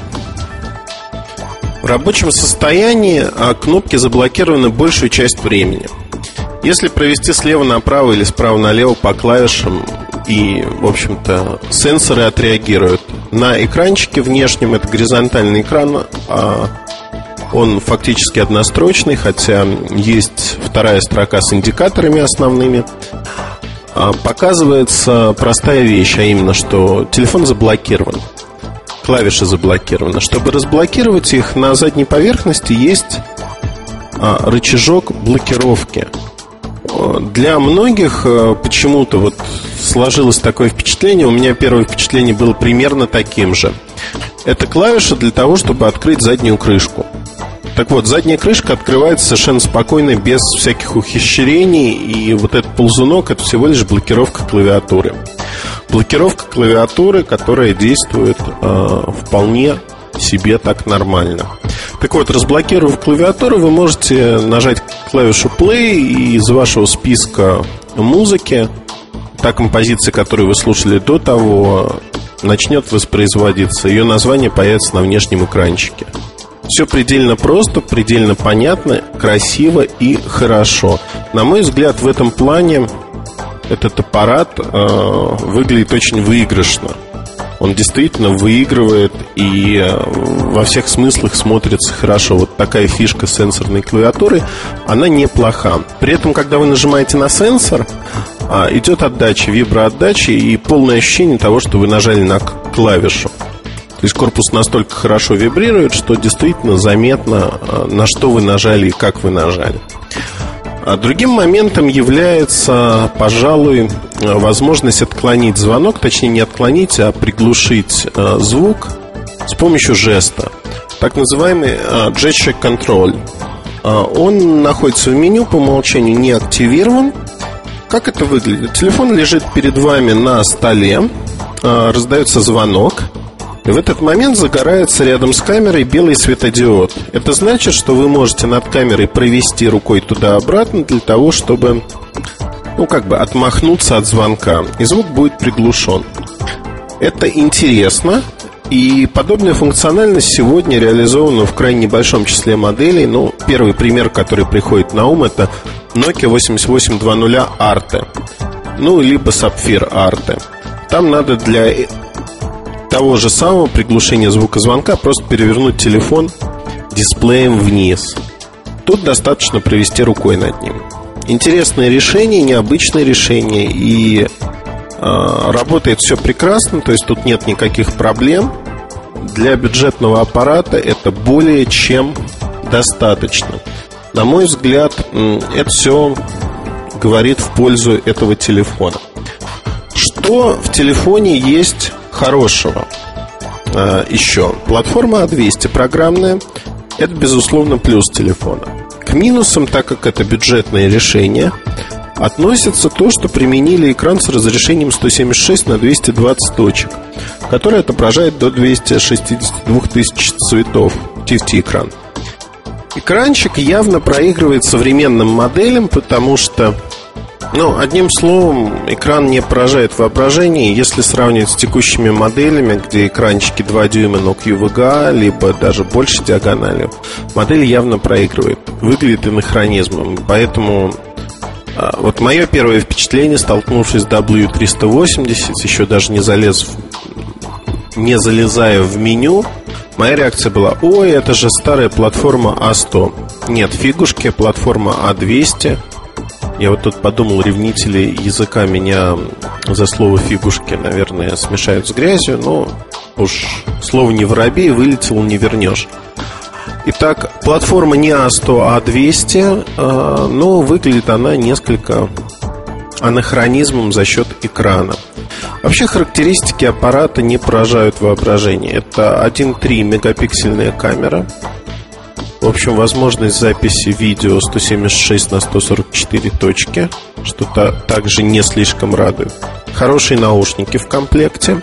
В рабочем состоянии кнопки заблокированы большую часть времени. Если провести слева направо или справа налево по клавишам, и, в общем-то, сенсоры отреагируют. На экранчике внешнем, это горизонтальный экран, он фактически однострочный, хотя есть вторая строка с индикаторами основными. Показывается простая вещь, а именно, что телефон заблокирован, клавиши заблокированы. Чтобы разблокировать их, на задней поверхности есть рычажок блокировки. Для многих почему-то вот сложилось такое впечатление, у меня первое впечатление было примерно таким же. Это клавиша для того, чтобы открыть заднюю крышку. Так вот, задняя крышка открывается совершенно спокойно, без всяких ухищрений. И вот этот ползунок — это всего лишь блокировка клавиатуры. Блокировка клавиатуры, которая действует вполне себе так нормально. Так вот, разблокировав клавиатуру, вы можете нажать клавишу play, и из вашего списка музыки та композиция, которую вы слушали до того, начнет воспроизводиться. Ее название появится на внешнем экранчике. Все предельно просто, предельно понятно, красиво и хорошо. На мой взгляд, в этом плане этот аппарат выглядит очень выигрышно. Он действительно выигрывает и во всех смыслах смотрится хорошо. Вот такая фишка сенсорной клавиатуры, она неплоха. При этом, когда вы нажимаете на сенсор, идет отдача, виброотдача и полное ощущение того, что вы нажали на клавишу. То есть корпус настолько хорошо вибрирует, что действительно заметно, на что вы нажали и как вы нажали. А другим моментом является, пожалуй, возможность отклонить звонок, точнее не отклонить, а приглушить звук с помощью жеста. Так называемый gesture control. Он находится в меню, по умолчанию не активирован. Как это выглядит? Телефон лежит перед вами на столе, раздается звонок, и в этот момент загорается рядом с камерой белый светодиод. Это значит, что вы можете над камерой провести рукой туда-обратно для того, чтобы, отмахнуться от звонка. И звук будет приглушен. Это интересно. И подобная функциональность сегодня реализована в крайне небольшом числе моделей. Первый пример, который приходит на ум, это Nokia 8820 Arte. Либо Sapphire Arte. Там надо для того же самого приглушения звука звонка просто перевернуть телефон дисплеем вниз. Тут достаточно провести рукой над ним. Интересное решение, необычное решение. И работает все прекрасно. То есть тут нет никаких проблем. Для бюджетного аппарата это более чем достаточно. На мой взгляд, это все говорит в пользу этого телефона. Что в телефоне есть хорошего? Еще платформа A200 программная. Это, безусловно, плюс телефона. К минусам, так как это бюджетное решение, относится то, что применили экран с разрешением 176 на 220 точек, который отображает до 262 тысяч цветов. TFT-экран. Экранчик явно проигрывает современным моделям, потому что, одним словом, экран не поражает воображение. Если сравнивать с текущими моделями, где экранчики 2 дюйма, но QVGA, либо даже больше диагональю, модель явно проигрывает. Выглядит анахронизмом. Поэтому вот мое первое впечатление, столкнувшись с W380, еще даже не залезая в меню, моя реакция была: ой, это же старая платформа A100. Нет, фигушки, платформа A200. Я вот тут подумал, ревнители языка меня за слово фигушки, наверное, смешают с грязью. Но уж слово не воробей, вылетел, не вернешь. Итак, платформа не A100, а A200, но выглядит она несколько анахронизмом за счет экрана. Вообще характеристики аппарата не поражают воображение. Это 1,3 мегапиксельная камера. В общем, возможность записи видео 176 на 144 точки, что также не слишком радует. Хорошие наушники в комплекте.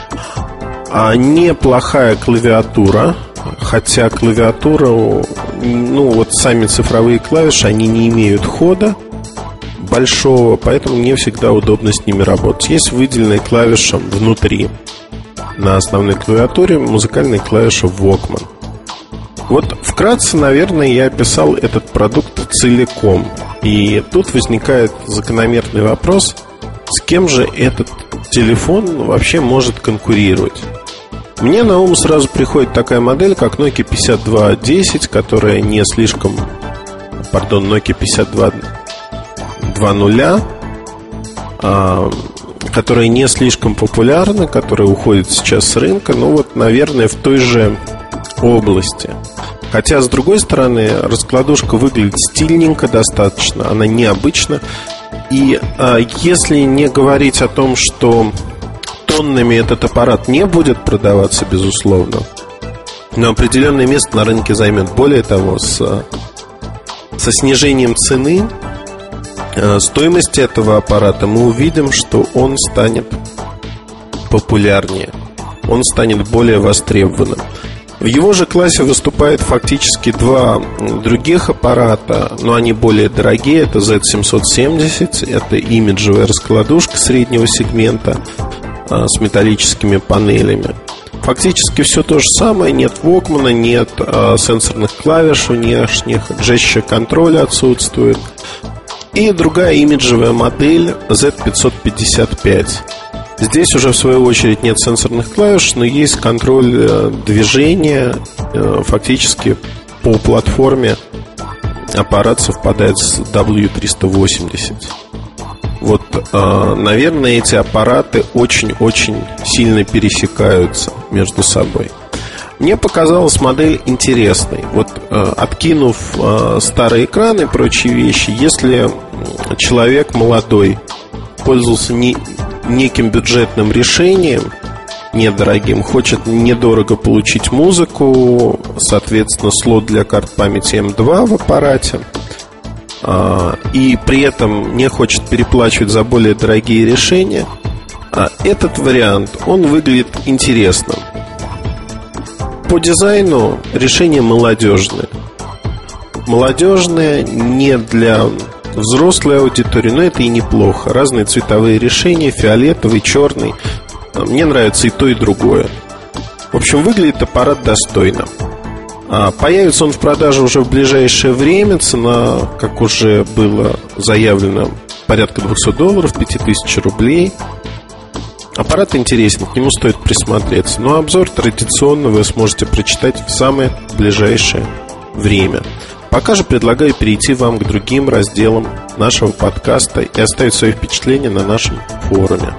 Неплохая клавиатура. Хотя клавиатура, сами цифровые клавиши, они не имеют хода. большого, поэтому не всегда удобно с ними работать. Есть выделенная клавиша внутри на основной клавиатуре, музыкальная клавиша Walkman. Вот вкратце, наверное, я описал этот продукт целиком. И тут возникает закономерный вопрос, с кем же этот телефон вообще может конкурировать. Мне на ум сразу приходит такая модель, как Nokia 5210, которая не слишком... Nokia 5220, которая не слишком популярна, которая уходит сейчас с рынка. Ну вот, наверное, в той же области. Хотя, с другой стороны, раскладушка выглядит стильненько достаточно, она необычна. И если не говорить о том, что тоннами этот аппарат не будет продаваться, безусловно, но определенное место на рынке займет. Более того, со снижением цены стоимости этого аппарата мы увидим, что он станет популярнее, он станет более востребованным. В его же классе выступают фактически два других аппарата, но они более дорогие. Это Z770, это имиджевая раскладушка среднего сегмента с металлическими панелями. Фактически все то же самое. Нет Walkman, нет сенсорных клавиш внешних, gesture контроля отсутствует. И другая имиджевая модель Z555. Здесь уже в свою очередь нет сенсорных клавиш, но есть контроль движения. Фактически по платформе аппарат совпадает с W380. Вот, наверное, эти аппараты очень-очень сильно пересекаются между собой. Мне показалась модель интересной. Вот, откинув старые экраны и прочие вещи, если человек молодой пользовался неким бюджетным решением, недорогим, хочет недорого получить музыку, соответственно, слот для карт памяти M2 в аппарате, и при этом не хочет переплачивать за более дорогие решения, этот вариант, он выглядит интересным. По дизайну решение молодежное. Молодежное не для взрослой аудитории, но это и неплохо. Разные цветовые решения, фиолетовый, черный. Мне нравится и то, и другое. В общем, выглядит аппарат достойно. Появится он в продаже уже в ближайшее время. Цена, как уже было заявлено, порядка $200, 5000 рублей. Аппарат интересен, к нему стоит присмотреться. Но обзор традиционно вы сможете прочитать в самое ближайшее время. Пока же предлагаю перейти вам к другим разделам нашего подкаста и оставить свои впечатления на нашем форуме.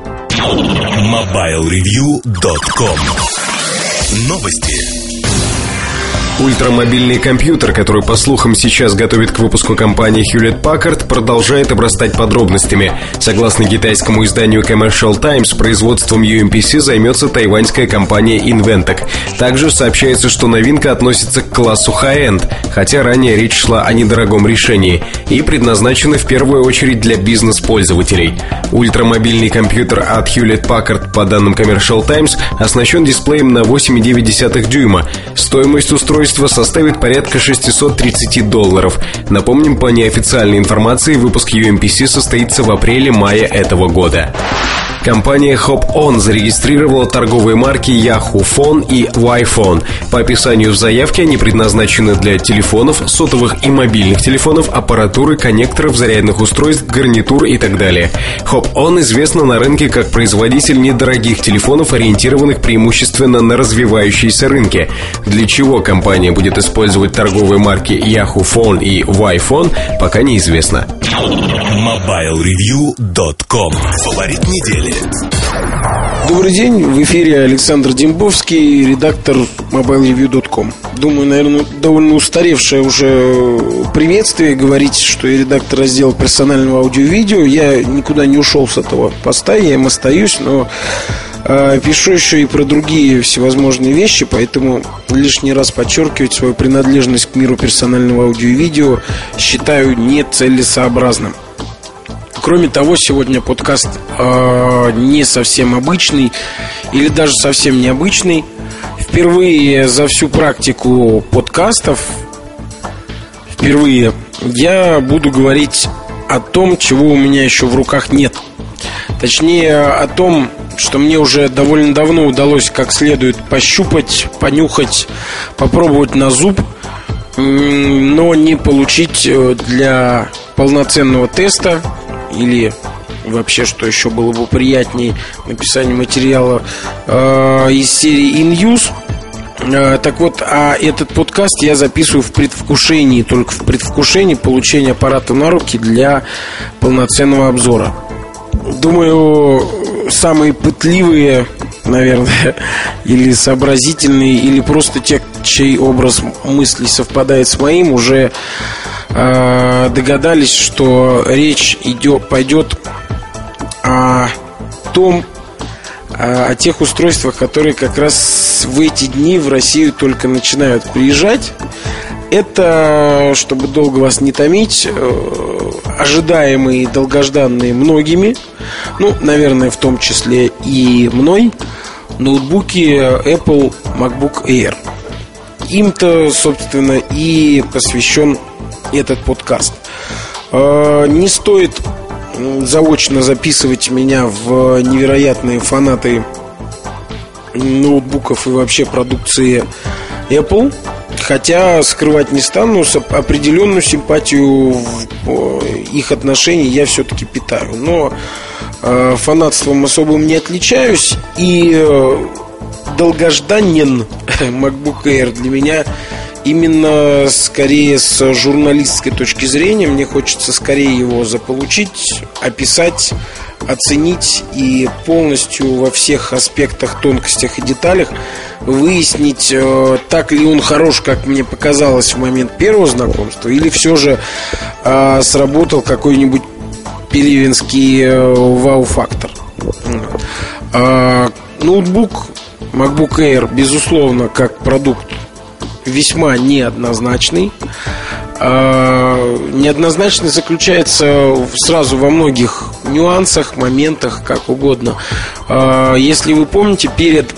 MobileReview.com. Новости. Ультрамобильный компьютер, который, по слухам, сейчас готовит к выпуску компания Hewlett-Packard, продолжает обрастать подробностями. Согласно китайскому изданию Commercial Times, производством UMPC займется тайваньская компания Inventec. Также сообщается, что новинка относится к классу High-End, хотя ранее речь шла о недорогом решении, и предназначена в первую очередь для бизнес-пользователей. Ультрамобильный компьютер от Hewlett-Packard, по данным Commercial Times, оснащен дисплеем на 8,9 дюйма. Стоимость устройства составит порядка $630. Напомним, по неофициальной информации, выпуск UMPC состоится в апреле-мае этого года. Компания Hop-On зарегистрировала торговые марки Yahoo Phone и Y-Phone. По описанию в заявке они предназначены для телефонов, сотовых и мобильных телефонов, аппаратуры, коннекторов, зарядных устройств, гарнитур и так далее. Hop-On известна на рынке как производитель недорогих телефонов, ориентированных преимущественно на развивающиеся рынки. Для чего компания будет использовать торговые марки Yahoo Phone и Y-Phone, пока неизвестно. MobileReview.com. Фаворит недели. Добрый день, в эфире Александр Дембовский, редактор MobileReview.com. Думаю, наверное, довольно устаревшее уже приветствие говорить, что я редактор раздела персонального аудио-видео. Я никуда не ушел с этого поста, я им остаюсь, но пишу еще и про другие всевозможные вещи, поэтому лишний раз подчеркивать свою принадлежность к миру персонального аудио-видео считаю нецелесообразным. Кроме того, сегодня подкаст не совсем обычный или даже совсем необычный. Впервые за всю практику подкастов, я буду говорить о том, чего у меня еще в руках нет. Точнее, о том, что мне уже довольно давно удалось как следует пощупать, понюхать, попробовать на зуб, но не получить для полноценного теста или вообще, что еще было бы приятнее, написание материала из серии InUse. Так вот, а этот подкаст я записываю в предвкушении, только в предвкушении получения аппарата на руки для полноценного обзора. Думаю, самые пытливые, наверное, или сообразительные, или просто те, чей образ мыслей совпадает с моим, уже догадались, что речь пойдет о тех устройствах, которые как раз в эти дни в Россию только начинают приезжать. Это, чтобы долго вас не томить, ожидаемые и долгожданные многими, ну, наверное, в том числе и мной, ноутбуки Apple MacBook Air. Им-то, собственно, и посвящен этот подкаст. Не стоит заочно записывать меня в невероятные фанаты ноутбуков и вообще продукции Apple. Хотя скрывать не стану, определенную симпатию в их отношении я все-таки питаю. Но фанатством особым не отличаюсь. И долгожданен MacBook Air для меня именно скорее с журналистской точки зрения. Мне хочется скорее его заполучить, описать, оценить и полностью во всех аспектах, тонкостях и деталях выяснить, так ли он хорош, как мне показалось в момент первого знакомства, или все же сработал какой-нибудь пелевинский вау-фактор. Ноутбук MacBook Air, безусловно, как продукт весьма неоднозначный. Неоднозначный заключается сразу во многих нюансах, моментах, как угодно. Если вы помните, перед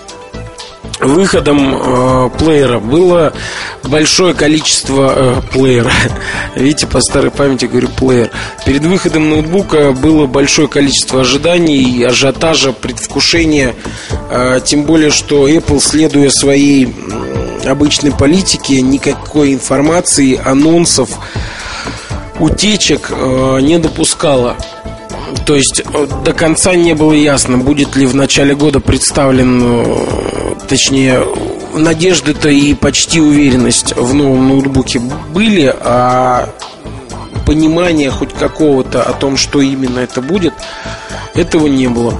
выходом плеера было большое количество плеера. Видите, по старой памяти говорю плеер. Перед выходом ноутбука было большое количество ожиданий, ажиотажа, предвкушения. Тем более, что Apple, следуя своей обычной политике, никакой информации, анонсов, утечек не допускала. То есть до конца не было ясно, будет ли в начале года представлен, точнее, надежды-то и почти уверенность в новом ноутбуке были, а понимания хоть какого-то о том, что именно это будет, этого не было.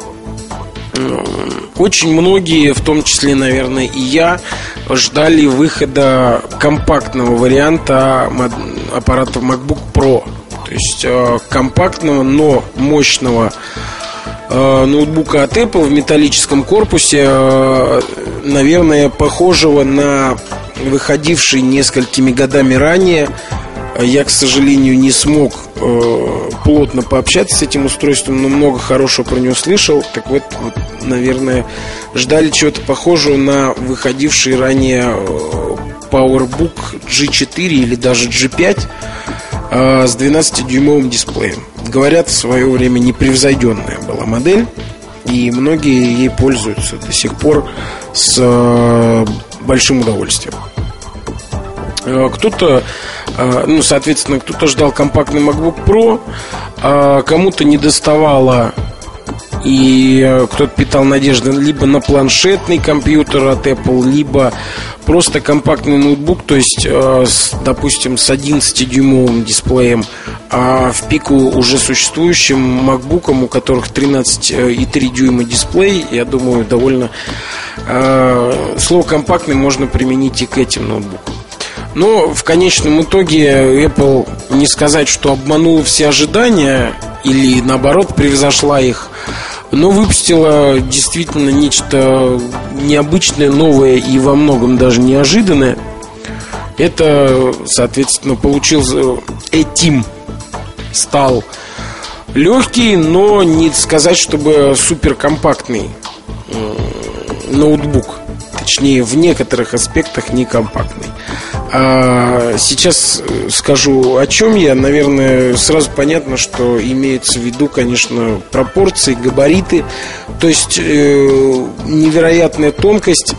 Очень многие, в том числе, наверное, и я, ждали выхода компактного варианта аппарата MacBook Pro. То есть компактного, но мощного ноутбука от Apple в металлическом корпусе, наверное, похожего на выходивший несколькими годами ранее. Я, к сожалению, не смог плотно пообщаться с этим устройством, но много хорошего про него слышал. Так вот, наверное, ждали чего-то похожего на выходивший ранее PowerBook G4 или даже G5 с 12-дюймовым дисплеем. Говорят, в свое время непревзойденная была модель, и многие ей пользуются до сих пор с большим удовольствием. Кто-то, соответственно, кто-то ждал компактный MacBook Pro, а кому-то не доставало, и кто-то питал надежды либо на планшетный компьютер от Apple, либо просто компактный ноутбук, то есть, допустим, с 11-дюймовым дисплеем, а в пику уже существующим MacBook'ам, у которых 13,3 дюйма дисплей, я думаю, довольно слово «компактный» можно применить и к этим ноутбукам. Но в конечном итоге Apple, не сказать, что обманула все ожидания или наоборот превзошла их, но выпустила действительно нечто необычное, новое и во многом даже неожиданное. Это, соответственно, получился этим стал легкий, но не сказать, чтобы суперкомпактный ноутбук. Точнее, в некоторых аспектах не компактный. Сейчас скажу, о чем я. Наверное, сразу понятно, что имеется в виду, конечно, пропорции, габариты. То есть невероятная тонкость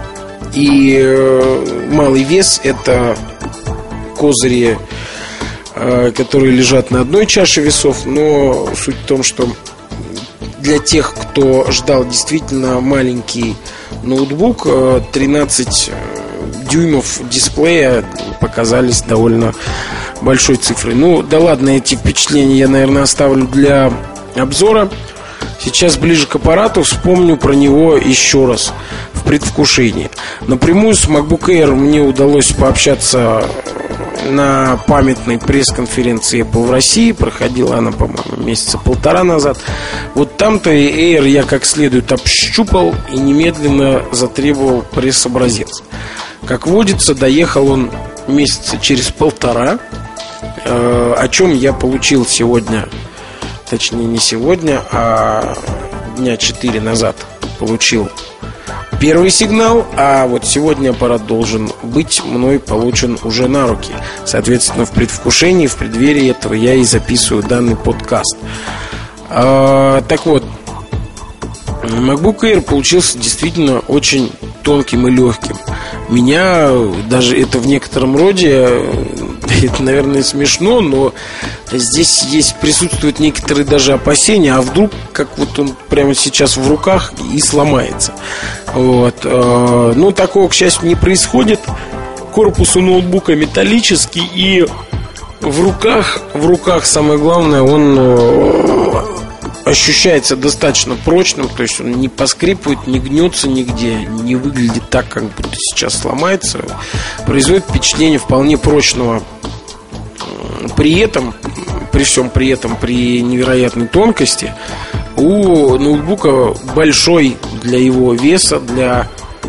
и малый вес – это козыри, которые лежат на одной чаше весов. Но суть в том, что для тех, кто ждал действительно маленький ноутбук, 13 дюймов дисплея показались довольно большой цифрой. Ну, да ладно, эти впечатления я, наверное, оставлю для обзора. Сейчас ближе к аппарату вспомню про него еще раз в предвкушении. Напрямую с MacBook Air мне удалось пообщаться на памятной пресс-конференции Apple в России. Проходила она, по-моему, месяца полтора назад. Вот там-то и Air я как следует общупал и немедленно затребовал пресс-образец. Как водится, доехал он месяца через полтора, о чем я получил сегодня, точнее не сегодня, а дня 4 назад получил первый сигнал, а вот сегодня аппарат должен быть мной получен уже на руки. Соответственно, в предвкушении, в преддверии этого я и записываю данный подкаст. Так вот, MacBook Air получился действительно очень тонким и легким. Меня даже это в некотором роде, это, наверное, смешно, но здесь присутствуют некоторые даже опасения, а вдруг, как вот он прямо сейчас в руках и сломается. Вот. Но такого, к счастью, не происходит. Корпус у ноутбука металлический, и в руках самое главное, он ощущается достаточно прочным, то есть он не поскрипывает, не гнется нигде, не выглядит так, как будто сейчас сломается. Производит впечатление вполне прочного. При всем при этом, при невероятной тонкости, у ноутбука большой для его веса, для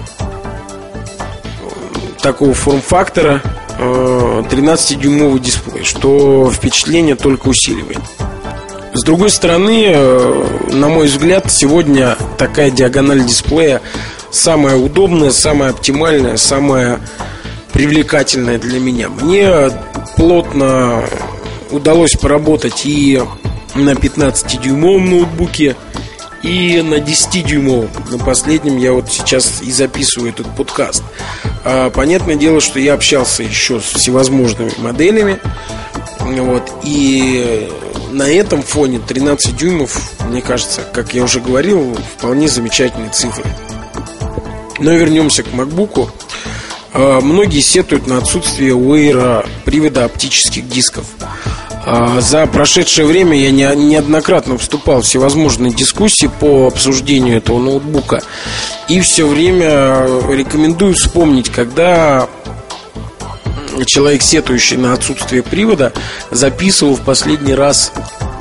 такого форм-фактора 13-дюймовый дисплей, что впечатление только усиливает. С другой стороны, на мой взгляд, сегодня такая диагональ дисплея самая удобная, самая оптимальная, самая привлекательная для меня. Мне плотно удалось поработать и на 15-дюймовом ноутбуке, и на 10-дюймовом. На последнем я вот сейчас и записываю этот подкаст. Понятное дело, что я общался еще с всевозможными моделями. Вот, и на этом фоне 13 дюймов, мне кажется, как я уже говорил, вполне замечательные цифры. Но вернемся к MacBook'у. Многие сетуют на отсутствие у Air привода оптических дисков. За прошедшее время я неоднократно вступал в всевозможные дискуссии по обсуждению этого ноутбука. И все время рекомендую вспомнить, когда человек, сетующий на отсутствие привода, записывал в последний раз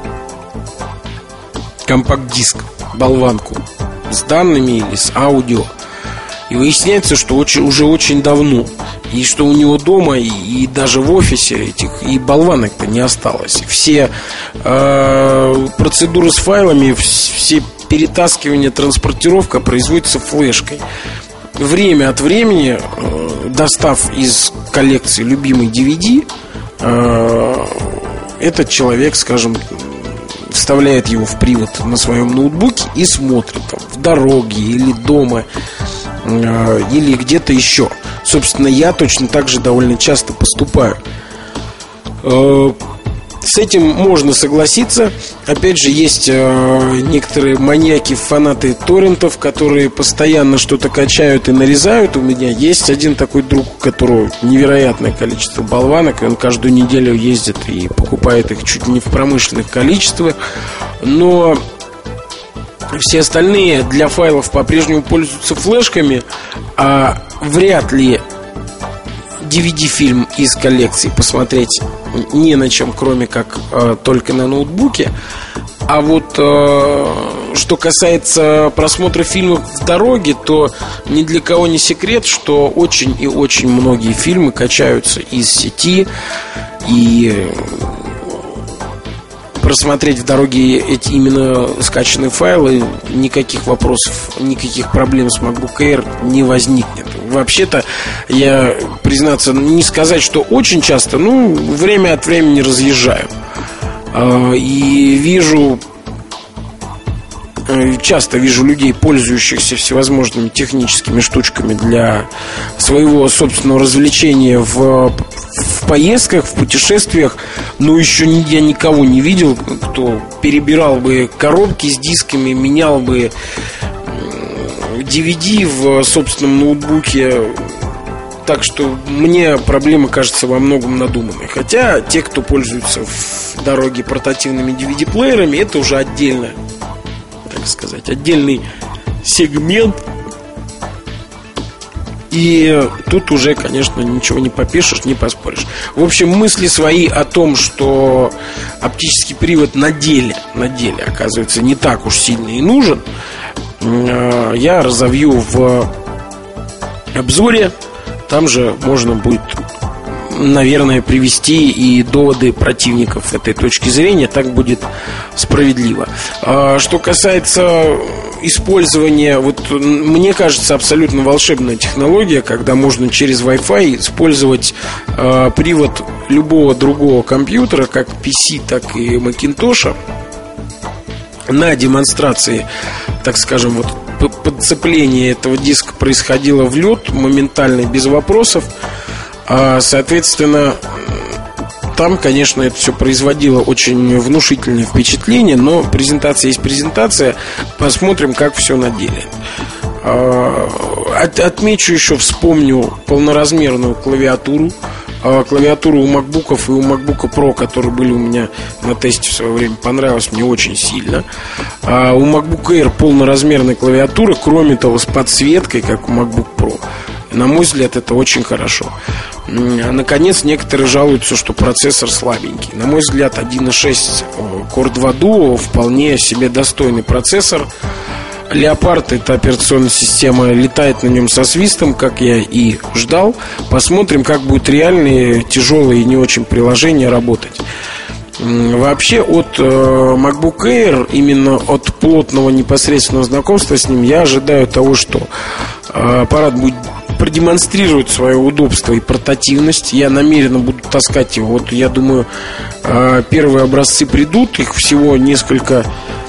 компакт-диск, болванку, с данными или с аудио. И выясняется, что уже очень давно. И что у него дома и даже в офисе этих и болванок-то не осталось. Все процедуры с файлами, все перетаскивания, транспортировка производится флешкой. Время от времени, достав из коллекции любимый DVD, этот человек, скажем, вставляет его в привод на своем ноутбуке и смотрит там, в дороге или дома, или где-то еще. Собственно, я точно так же довольно часто поступаю. С этим можно согласиться. Опять же, есть некоторые маньяки, фанаты торрентов, которые постоянно что-то качают и нарезают. У меня есть один такой друг, у которого невероятное количество болванок, и он каждую неделю ездит и покупает их чуть ли не в промышленных количествах. Но все остальные для файлов по-прежнему пользуются флешками, а вряд ли DVD-фильм из коллекции посмотреть не на чем, кроме как только на ноутбуке. А вот что касается просмотра фильмов в дороге, то ни для кого не секрет, что очень и очень многие фильмы качаются из сети. И просмотреть в дороге эти именно скачанные файлы, никаких вопросов, никаких проблем с MacBook Air не возникнет. Вообще-то, я, признаться, не сказать, что очень часто, ну, время от времени разъезжаю. И вижу, часто вижу людей, пользующихся всевозможными техническими штучками для своего собственного развлечения в поездках, в путешествиях. Но еще я никого не видел, кто перебирал бы коробки с дисками, менял бы DVD в собственном ноутбуке. Так что мне проблема кажется во многом надуманной. Хотя те, кто пользуется в дороге портативными DVD-плеерами, это уже отдельно, так сказать, отдельный сегмент. И тут уже, конечно, ничего не попишешь, не поспоришь. В общем, мысли свои о том, что оптический привод на деле, оказывается, не так уж сильно и нужен, я разовью в обзоре. Там же можно будет, наверное, привести и доводы противников этой точки зрения. Так будет справедливо. Что касается использования, вот мне кажется, абсолютно волшебная технология, когда можно через Wi-Fi использовать привод любого другого компьютера, как PC, так и Macintosh, на демонстрации, так скажем, вот подцепление этого диска происходило в лед, моментально, без вопросов. Соответственно, там, конечно, это все производило очень внушительное впечатление. Но презентация есть презентация. Посмотрим, как все на деле. Отмечу еще, вспомню полноразмерную клавиатуру. Клавиатуру у макбуков и у MacBook Pro, которые были у меня на тесте в свое время, понравилась мне очень сильно. У MacBook Air полноразмерная клавиатура, кроме того, с подсветкой, как у MacBook Pro. На мой взгляд, это очень хорошо. Наконец, некоторые жалуются, что процессор слабенький. На мой взгляд, 1.6 Core 2 Duo вполне себе достойный процессор. Леопард — это операционная система, летает на нем со свистом, как я и ждал. Посмотрим, как будут реальные, тяжелые и не очень приложения работать. Вообще от MacBook Air, именно от плотного непосредственного знакомства с ним, я ожидаю того, что аппарат будет продемонстрировать свое удобство и портативность. Я намеренно буду таскать его. Вот я думаю, первые образцы придут, их всего несколько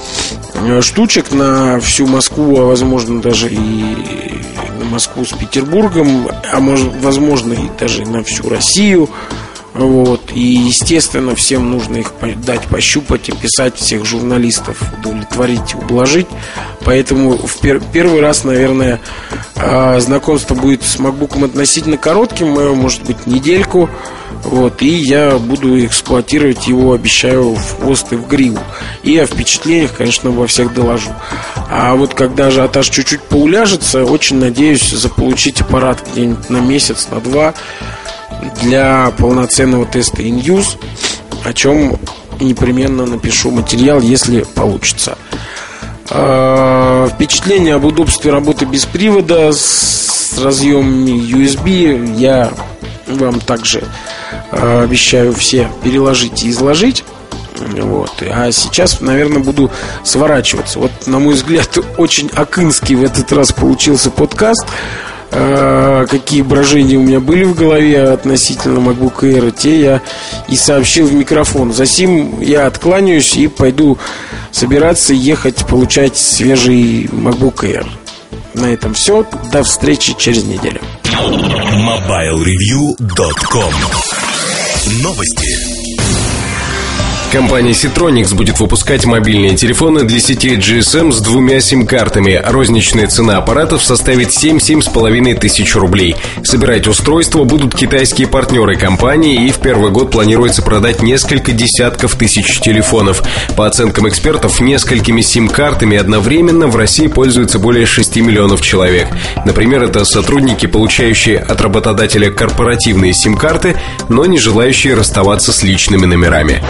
штучек на всю Москву, а возможно даже и на Москву с Петербургом, а может, возможно и даже на всю Россию. Вот. И, естественно, всем нужно их дать пощупать, описать, всех журналистов удовлетворить, ублажить. Поэтому в первый раз, наверное, знакомство будет с MacBook'ом относительно коротким, может быть, недельку. Вот, и я буду эксплуатировать его, обещаю, в хвост и в гриву. И о впечатлениях, конечно, во всех доложу. А вот когда ажиотаж чуть-чуть поуляжется, очень надеюсь заполучить аппарат где-нибудь на месяц, на два для полноценного теста in-use, о чем непременно напишу материал, если получится. Впечатление об удобстве работы без привода с разъемами USB я вам также обещаю все переложить и изложить. Вот. А сейчас, наверное, буду сворачиваться. Вот, на мой взгляд, очень акынский в этот раз получился подкаст. Какие брожения у меня были в голове относительно MacBook Air, те я и сообщил в микрофон. Засим я откланяюсь и пойду собираться ехать получать свежий MacBook Air. На этом все. До встречи через неделю. MobileReview.com. Новости. Компания Citronics будет выпускать мобильные телефоны для сетей GSM с 2 сим-картами. Розничная цена аппаратов составит 7-7,5 тысяч рублей. Собирать устройства будут китайские партнеры компании, и в первый год планируется продать несколько десятков тысяч телефонов. По оценкам экспертов, несколькими сим-картами одновременно в России пользуются более 6 миллионов человек. Например, это сотрудники, получающие от работодателя корпоративные сим-карты, но не желающие расставаться с личными номерами.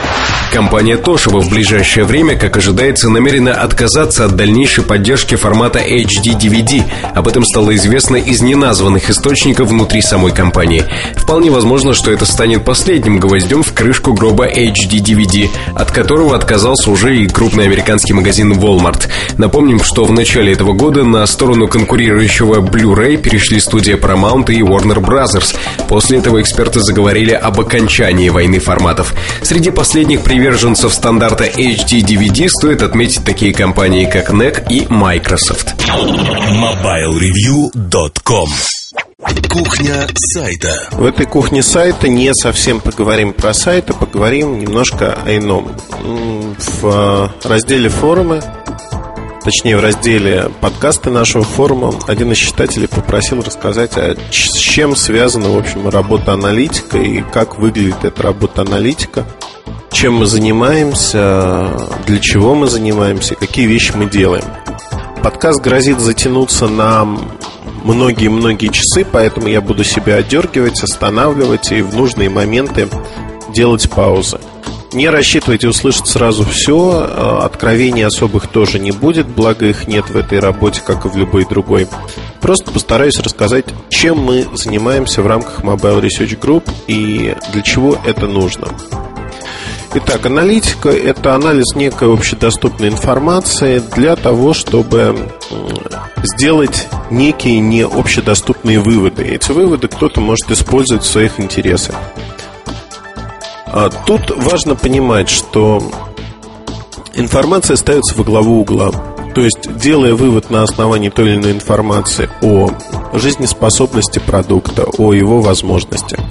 Компания Toshiba в ближайшее время, как ожидается, намерена отказаться от дальнейшей поддержки формата HD-DVD. Об этом стало известно из неназванных источников внутри самой компании. Вполне возможно, что это станет последним гвоздем в крышку гроба HD-DVD, от которого отказался уже и крупный американский магазин Walmart. Напомним, что в начале этого года на сторону конкурирующего Blu-ray перешли студия Paramount и Warner Brothers. После этого эксперты заговорили об окончании войны форматов. Среди последних приверженцев стандарта HD-DVD стоит отметить такие компании, как NEC и Microsoft. MobileReview.com. Кухня сайта. В этой кухне сайта не совсем поговорим про сайт, а поговорим немножко о ином. В разделе форумы, точнее в разделе подкасты нашего форума, один из читателей попросил рассказать, с чем связана, в общем, работа аналитика и как выглядит эта работа аналитика, чем мы занимаемся, для чего мы занимаемся, какие вещи мы делаем. Подкаст грозит затянуться на многие-многие часы, поэтому я буду себя отдергивать, останавливать и в нужные моменты делать паузы. Не рассчитывайте услышать сразу все, откровений особых тоже не будет, благо их нет в этой работе, как и в любой другой. Просто постараюсь рассказать, чем мы занимаемся в рамках Mobile Research Group и для чего это нужно. Итак, аналитика – это анализ некой общедоступной информации для того, чтобы сделать некие не общедоступные выводы. Эти выводы кто-то может использовать в своих интересах. Тут важно понимать, что информация ставится во главу угла. То есть, делая вывод на основании той или иной информации о жизнеспособности продукта, о его возможностях,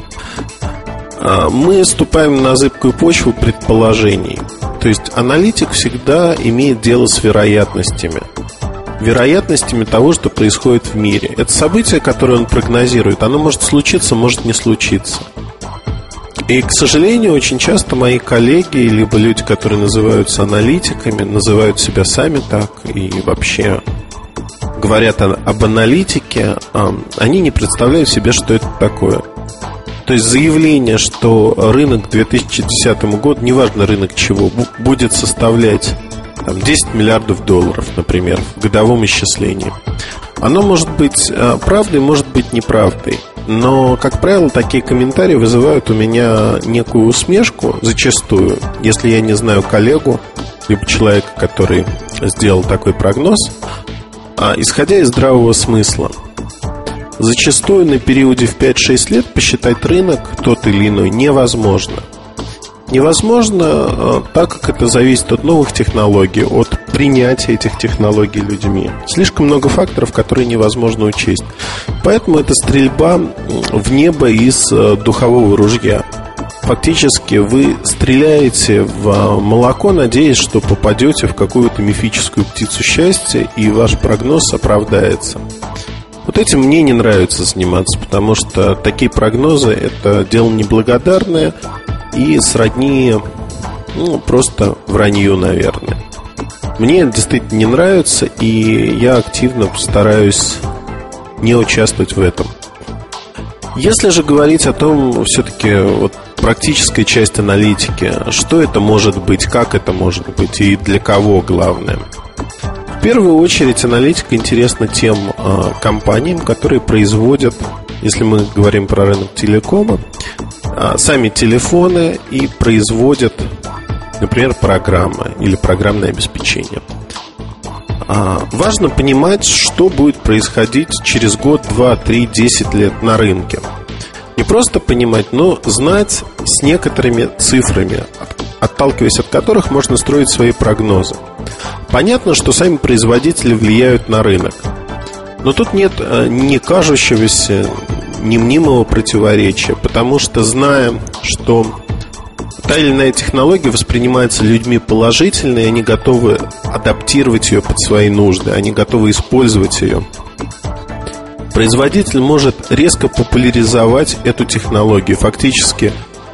мы ступаем на зыбкую почву предположений. То есть аналитик всегда имеет дело с вероятностями. Вероятностями того, что происходит в мире. Это событие, которое он прогнозирует, оно может случиться, может не случиться. И, к сожалению, очень часто мои коллеги, либо люди, которые называются аналитиками, называют себя сами так и вообще говорят об аналитике, они не представляют себе, что это такое. То есть заявление, что рынок к 2010 году, неважно рынок чего, будет составлять 10 миллиардов долларов, например, в годовом исчислении. Оно может быть правдой, может быть неправдой. Но, как правило, такие комментарии вызывают у меня некую усмешку зачастую, если я не знаю коллегу, либо человека, который сделал такой прогноз, исходя из здравого смысла. Зачастую на периоде в 5-6 лет посчитать рынок тот или иной невозможно. Невозможно, так как это зависит от новых технологий, от принятия этих технологий людьми. Слишком много факторов, которые невозможно учесть. Поэтому это стрельба в небо из духового ружья. Фактически вы стреляете в молоко, надеясь, что попадете в какую-то мифическую птицу счастья, и ваш прогноз оправдается. Вот этим мне не нравится заниматься, потому что такие прогнозы – это дело неблагодарное и сродни просто вранью, наверное. Мне это действительно не нравится, и я активно стараюсь не участвовать в этом. Если же говорить о том, все-таки вот практическая часть аналитики, что это может быть, как это может быть и для кого главное. В первую очередь аналитика интересна тем компаниям, которые производят, если мы говорим про рынок телекома, сами телефоны и производят, например, программы или программное обеспечение. Важно понимать, что будет происходить через год, 2, 3, 10 лет на рынке. Не просто понимать, но знать с некоторыми цифрами, отталкиваясь от которых можно строить свои прогнозы. Понятно, что сами производители влияют на рынок. Но тут нет ни кажущегося, ни мнимого противоречия, потому что, зная, что та или иная технология воспринимается людьми положительно, и они готовы адаптировать ее под свои нужды, они готовы использовать ее, производитель может резко популяризовать эту технологию. Фактически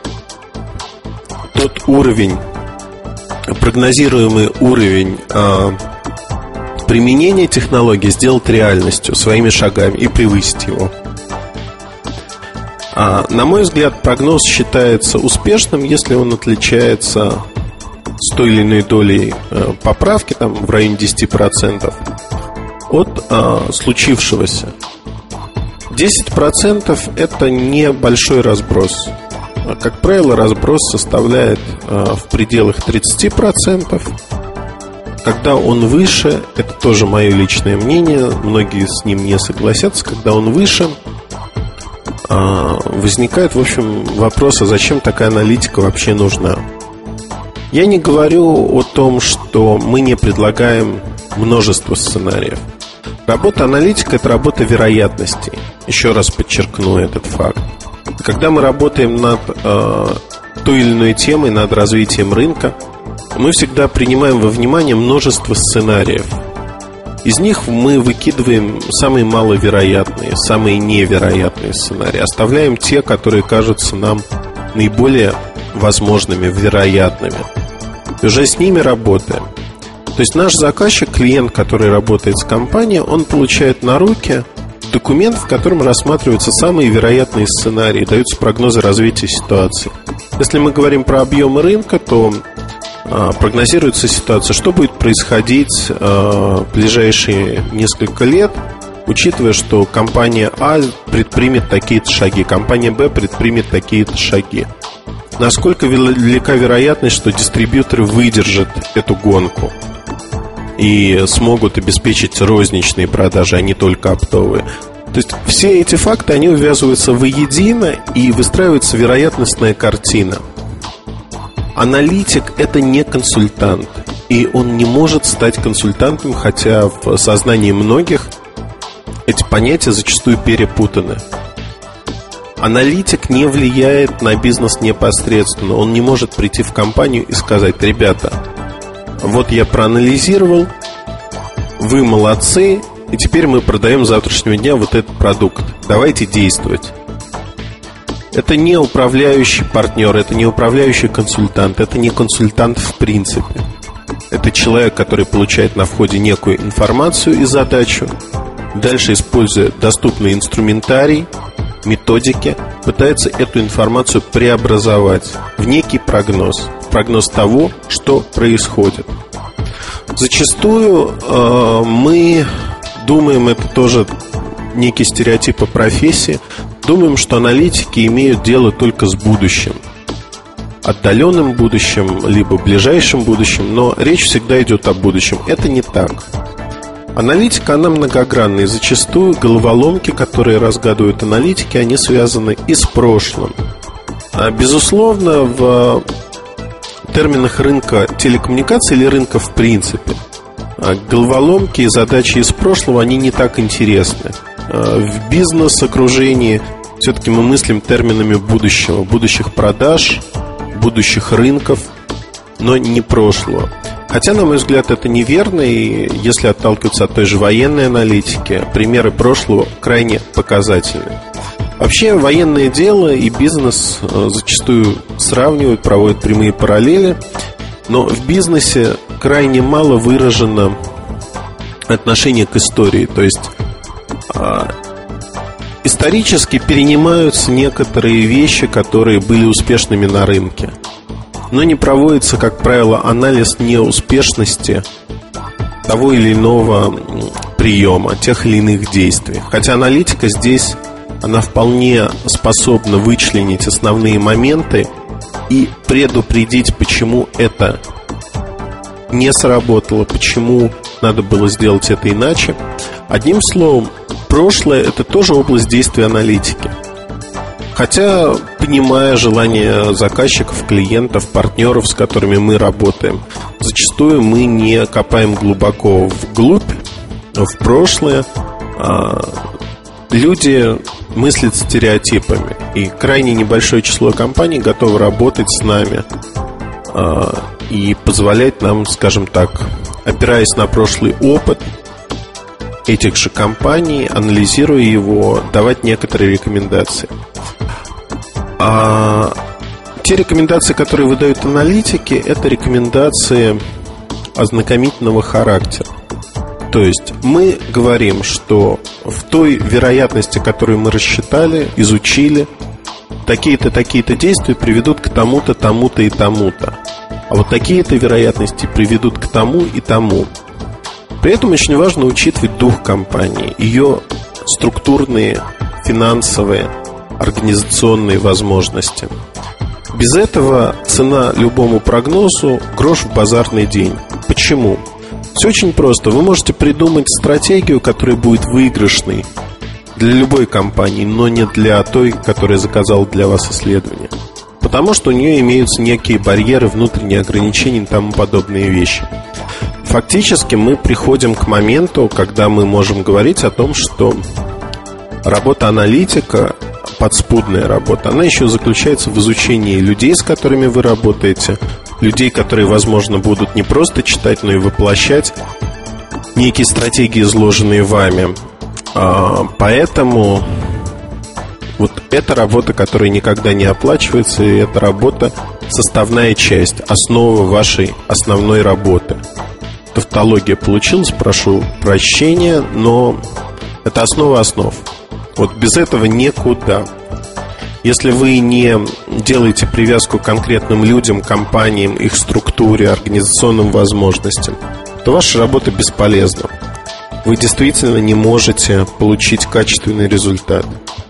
тот уровень, прогнозируемый уровень применения технологии сделать реальностью своими шагами и превысить его. На мой взгляд, прогноз считается успешным, если он отличается с той или иной долей поправки, там в районе 10% от случившегося. 10% это небольшой разброс. Как правило, разброс составляет в пределах 30%. Когда он выше, это тоже мое личное мнение, многие с ним не согласятся, когда он выше, возникает, в общем, вопрос, а зачем такая аналитика вообще нужна? Я не говорю о том, что мы не предлагаем множество сценариев. Работа аналитика – это работа вероятностей. Еще раз подчеркну этот факт. Когда мы работаем над той или иной темой, над развитием рынка, мы всегда принимаем во внимание множество сценариев. Из них мы выкидываем самые маловероятные, самые невероятные сценарии. Оставляем те, которые кажутся нам наиболее возможными, вероятными. И уже с ними работаем. То есть наш заказчик, клиент, который работает с компанией, он получает на руки документ, в котором рассматриваются самые вероятные сценарии, даются прогнозы развития ситуации. Если мы говорим про объемы рынка, то прогнозируется ситуация, что будет происходить в ближайшие несколько лет, учитывая, что компания А предпримет такие-то шаги, компания Б предпримет такие-то шаги. Насколько велика вероятность, что дистрибьюторы выдержат эту гонку и смогут обеспечить розничные продажи, а не только оптовые. То есть все эти факты, они увязываются воедино и выстраивается вероятностная картина. Аналитик – это не консультант, и он не может стать консультантом, хотя в сознании многих эти понятия зачастую перепутаны. Аналитик не влияет на бизнес непосредственно. Он не может прийти в компанию и сказать: ребята, вот я проанализировал, вы молодцы, и теперь мы продаем с завтрашнего дня вот этот продукт. Давайте действовать. Это не управляющий партнер, это не управляющий консультант, это не консультант в принципе. Это человек, который получает на входе некую информацию и задачу, дальше, используя доступный инструментарий, методики, пытается эту информацию преобразовать в некий прогноз, прогноз того, что происходит. Зачастую мы думаем, это тоже некий стереотип о профессии, думаем, что аналитики имеют дело только с будущим, отдаленным будущим, либо ближайшим будущим, но речь всегда идет о будущем. Это не так. Аналитика, она многогранная, и зачастую головоломки, которые разгадывают аналитики, они связаны и с прошлым. Безусловно, в терминах рынка телекоммуникаций или рынка в принципе, головоломки и задачи из прошлого, они не так интересны. В бизнес-окружении все-таки мы мыслим терминами будущего, будущих продаж, будущих рынков, но не прошлого. Хотя, на мой взгляд, это неверно, и если отталкиваться от той же военной аналитики, примеры прошлого крайне показательны. Вообще, военное дело и бизнес зачастую сравнивают, проводят прямые параллели, но в бизнесе крайне мало выражено отношение к истории. То есть исторически перенимаются некоторые вещи, которые были успешными на рынке, но не проводится, как правило, анализ неуспешности того или иного приема, тех или иных действий. Хотя аналитика здесь, она вполне способна вычленить основные моменты и предупредить, почему это не сработало, почему надо было сделать это иначе. Одним словом, прошлое – это тоже область действия аналитики. Хотя, понимая желания заказчиков, клиентов, партнеров, с которыми мы работаем, зачастую мы не копаем глубоко вглубь, в прошлое. Люди мыслят стереотипами, и крайне небольшое число компаний готово работать с нами и позволять нам, скажем так, опираясь на прошлый опыт этих же компаний, анализируя его, давать некоторые рекомендации. А те рекомендации, которые выдают аналитики, это рекомендации ознакомительного характера. То есть мы говорим, что в той вероятности, которую мы рассчитали, изучили, такие-то, такие-то действия приведут к тому-то, тому-то и тому-то. А вот такие-то вероятности приведут к тому и тому. При этом очень важно учитывать дух компании, ее структурные, финансовые, организационные возможности. Без этого цена любому прогнозу грош в базарный день. Почему? Все очень просто. Вы можете придумать стратегию, которая будет выигрышной для любой компании, но не для той, которая заказала для вас исследование. Потому что у нее имеются некие барьеры, внутренние ограничения и тому подобные вещи. Фактически мы приходим к моменту, когда мы можем говорить о том, что работа аналитика, подспудная работа, она еще заключается в изучении людей, с которыми вы работаете, людей, которые, возможно, будут не просто читать, но и воплощать некие стратегии, изложенные вами. Поэтому вот эта работа, которая никогда не оплачивается, и эта работа составная часть, основа вашей основной работы. Тавтология получилась, прошу прощения, но это основа основ. Вот без этого никуда. Если вы не делаете привязку к конкретным людям, компаниям, их структуре, организационным возможностям, то ваша работа бесполезна. Вы действительно не можете получить качественный результат.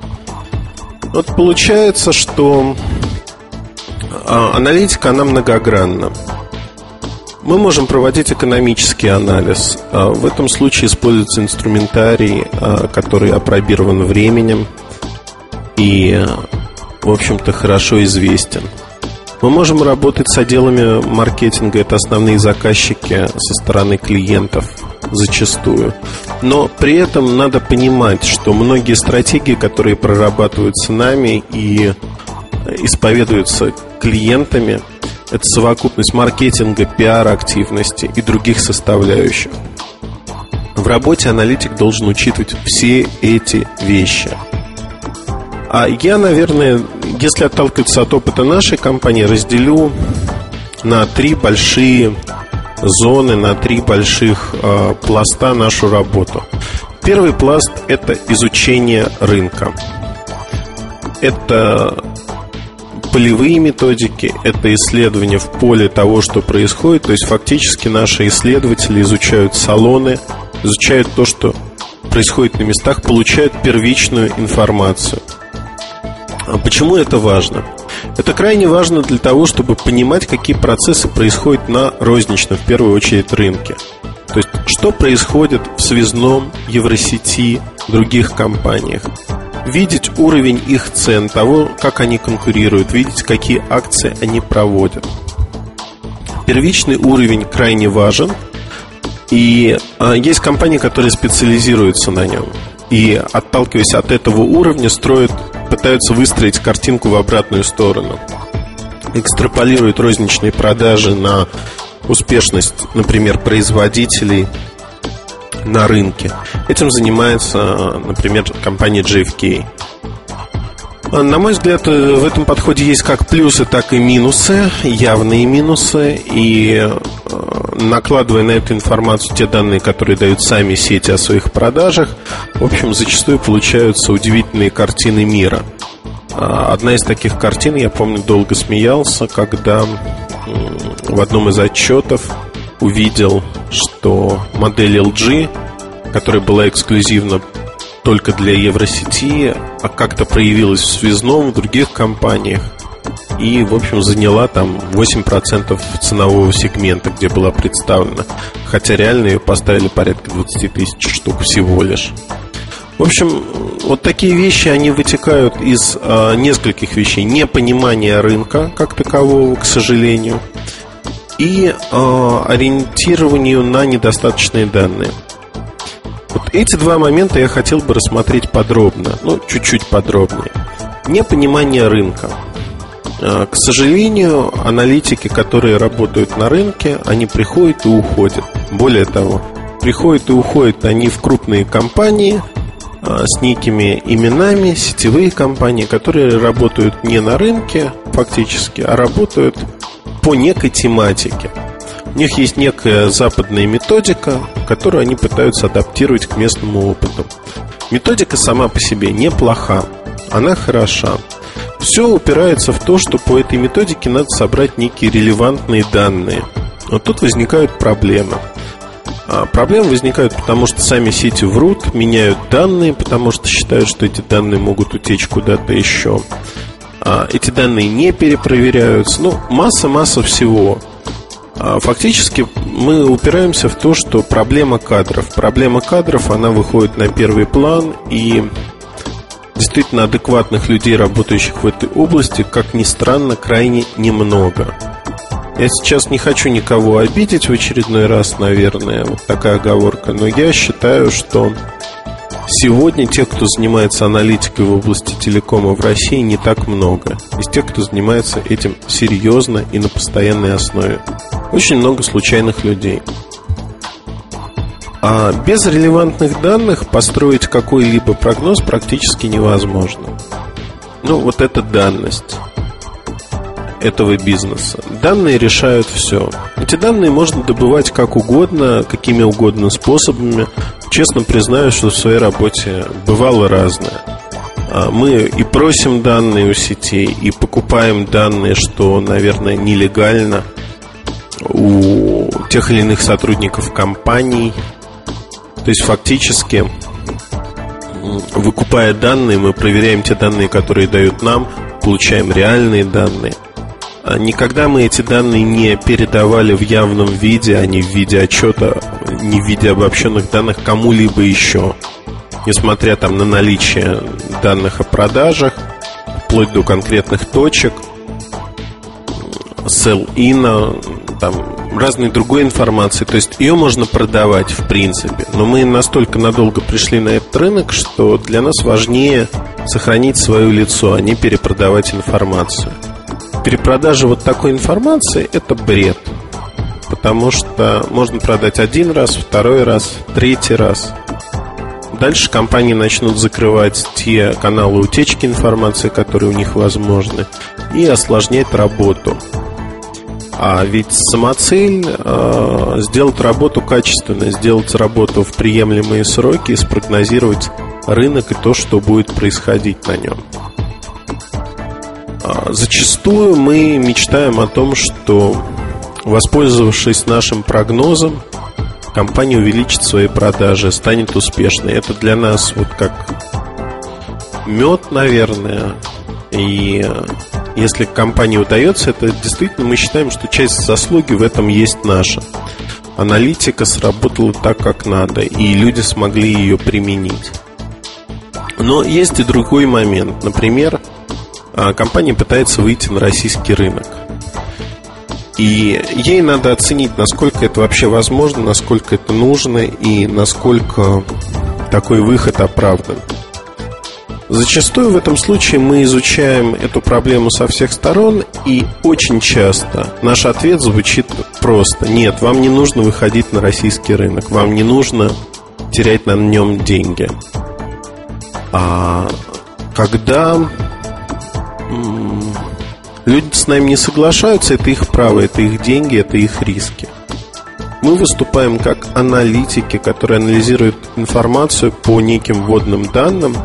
Вот получается, что аналитика, она многогранна. Мы можем проводить экономический анализ. В этом случае используется инструментарий, который апробирован временем и, в общем-то, хорошо известен. Мы можем работать с отделами маркетинга. Это основные заказчики со стороны клиентов зачастую. Но при этом надо понимать, что многие стратегии, которые прорабатываются нами и исповедуются клиентами, это совокупность маркетинга, пиар-активности и других составляющих. В работе аналитик должен учитывать все эти вещи. А я, наверное, если отталкиваться от опыта нашей компании, разделю на 3 большие зоны, на 3 больших пласта нашу работу. Первый пласт – это изучение рынка. Это полевые методики, это исследование в поле того, что происходит. То есть фактически наши исследователи изучают салоны, изучают то, что происходит на местах, получают первичную информацию. А почему это важно? Это крайне важно для того, чтобы понимать, какие процессы происходят на розничном, в первую очередь, рынке. То есть, что происходит в связном, Евросети, других компаниях. Видеть уровень их цен, того, как они конкурируют, видеть, какие акции они проводят. Первичный уровень крайне важен. И есть компании, которые специализируются на нем. И, отталкиваясь от этого уровня, пытаются выстроить картинку в обратную сторону. Экстраполируют розничные продажи на успешность, например, производителей на рынке. Этим занимается, например, компания JFK. На мой взгляд, в этом подходе есть как плюсы, так и минусы, явные минусы. И накладывая на эту информацию те данные, которые дают сами сети о своих продажах, в общем, зачастую получаются удивительные картины мира. Одна из таких картин, я помню, долго смеялся, когда в одном из отчетов увидел, что модель LG, которая была эксклюзивна только для Евросети, а как-то проявилась в связном, в других компаниях, и, в общем, заняла там 8% ценового сегмента, где была представлена. Хотя реально ее поставили порядка 20 тысяч штук всего лишь. В общем, вот такие вещи, они вытекают из нескольких вещей. Непонимание рынка как такового, к сожалению, и ориентированию на недостаточные данные. Вот эти 2 момента я хотел бы рассмотреть подробно, чуть-чуть подробнее. Непонимание рынка. К сожалению, аналитики, которые работают на рынке, они приходят и уходят. Более того, приходят и уходят они в крупные компании с некими именами, сетевые компании, которые работают не на рынке фактически, а работают по некой тематике. У них есть некая западная методика, которую они пытаются адаптировать к местному опыту. Методика сама по себе неплоха, она хороша. Все упирается в то, что по этой методике надо собрать некие релевантные данные. Вот тут возникают проблемы. Проблемы возникают, потому что сами сети врут, меняют данные, потому что считают, что эти данные могут утечь куда-то еще. Эти данные не перепроверяются. Масса всего. Фактически мы упираемся в то, что проблема кадров. Проблема кадров, она выходит на первый план. И действительно адекватных людей, работающих в этой области, как ни странно, крайне немного. Я сейчас не хочу никого обидеть в очередной раз, наверное, вот такая оговорка. Но я считаю, что сегодня тех, кто занимается аналитикой в области телекома в России, не так много. Из тех, кто занимается этим серьезно и на постоянной основе. Очень много случайных людей. А без релевантных данных построить какой-либо прогноз практически невозможно. Вот это данность этого бизнеса. Данные решают все. Эти данные можно добывать как угодно, какими угодно способами. Честно признаюсь, что в своей работе бывало разное. Мы и просим данные у сетей, и покупаем данные, что, наверное, нелегально у тех или иных сотрудников компаний. То есть фактически, выкупая данные, мы проверяем те данные, которые дают нам, получаем реальные данные. Никогда мы эти данные не передавали в явном виде, а не в виде отчета, не в виде обобщенных данных кому-либо еще. Несмотря на наличие данных о продажах, вплоть до конкретных точек, sell-in, разной другой информации. То есть ее можно продавать в принципе. Но мы настолько надолго пришли на этот рынок, что для нас важнее сохранить свое лицо, а не перепродавать информацию. Перепродажа вот такой информации – это бред. Потому что можно продать один раз, второй раз, третий раз. Дальше компании начнут закрывать те каналы утечки информации, которые у них возможны, и осложнять работу. А ведь самоцель сделать работу качественно, сделать работу в приемлемые сроки и спрогнозировать рынок и то, что будет происходить на нем. Зачастую мы мечтаем о том, что, воспользовавшись нашим прогнозом, компания увеличит свои продажи, станет успешной. Это для нас вот как мед, наверное. И если компании удается, это действительно мы считаем, что часть заслуги в этом есть наша. Аналитика сработала так, как надо, и люди смогли ее применить. Но есть и другой момент. Например, компания пытается выйти на российский рынок. И ей надо оценить, насколько это вообще возможно, насколько это нужно и насколько такой выход оправдан. Зачастую в этом случае мы изучаем эту проблему со всех сторон, и очень часто наш ответ звучит просто: нет, вам не нужно выходить на российский рынок, вам не нужно терять на нем деньги. А когда люди с нами не соглашаются, это их право, это их деньги, это их риски. Мы выступаем как аналитики, которые анализируют информацию по неким вводным данным.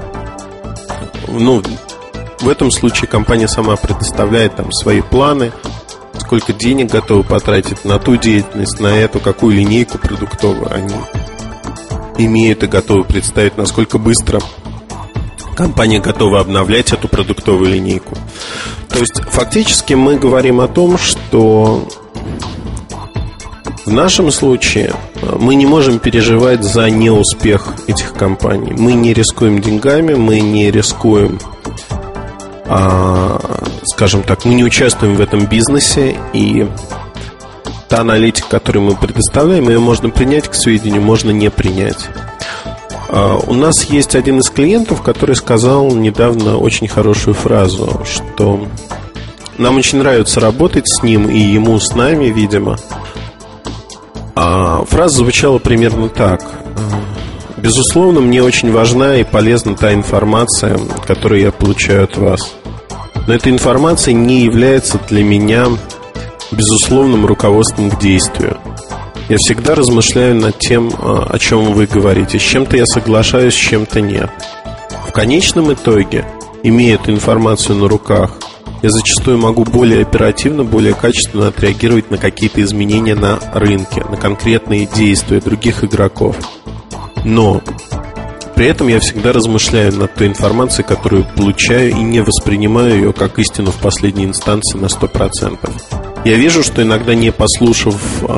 В этом случае компания сама предоставляет свои планы, сколько денег готова потратить на ту деятельность, на эту, какую линейку продуктовую они имеют и готовы представить, насколько быстро компания готова обновлять эту продуктовую линейку. То есть фактически мы говорим о том, что в нашем случае мы не можем переживать за неуспех этих компаний. Мы не рискуем деньгами, мы не рискуем, скажем так, мы не участвуем в этом бизнесе. И та аналитика, которую мы предоставляем, ее можно принять к сведению, можно не принять. У нас есть один из клиентов, который сказал недавно очень хорошую фразу, что нам очень нравится работать с ним и ему с нами, видимо. Фраза звучала примерно так: безусловно, мне очень важна и полезна та информация, которую я получаю от вас. Но эта информация не является для меня безусловным руководством к действию. Я всегда размышляю над тем, о чем вы говорите. С чем-то я соглашаюсь, с чем-то нет. В конечном итоге имея эту информацию на руках, я зачастую могу более оперативно, более качественно отреагировать на какие-то изменения на рынке, на конкретные действия других игроков. Но при этом я всегда размышляю над той информацией, которую получаю, и не воспринимаю ее как истину в последней инстанции на 100%. Я вижу, что иногда, не послушав,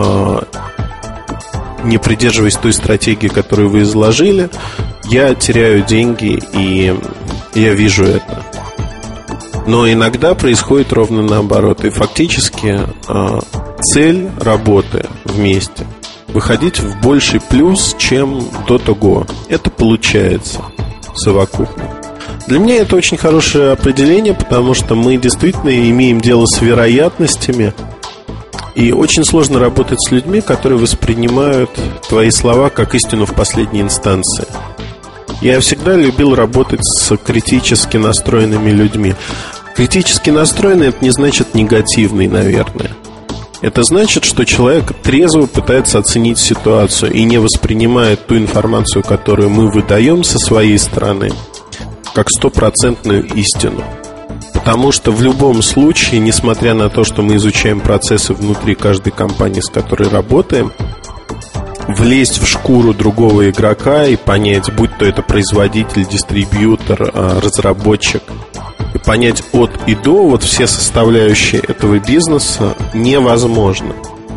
не придерживаясь той стратегии, которую вы изложили, я теряю деньги, и я вижу это. Но иногда происходит ровно наоборот. И фактически цель работы вместе — выходить в больший плюс, чем до того. Это получается совокупно. Для меня это очень хорошее определение, потому что мы действительно имеем дело с вероятностями. И очень сложно работать с людьми, которые воспринимают твои слова как истину в последней инстанции. Я всегда любил работать с критически настроенными людьми. Критически настроенный — это не значит негативный, наверное. Это значит, что человек трезво пытается оценить ситуацию и не воспринимает ту информацию, которую мы выдаем со своей стороны, как 100% истину. Потому что в любом случае, несмотря на то, что мы изучаем процессы внутри каждой компании, с которой работаем, влезть в шкуру другого игрока и понять, будь то это производитель, дистрибьютор, разработчик, и понять от и до вот все составляющие этого бизнеса невозможно.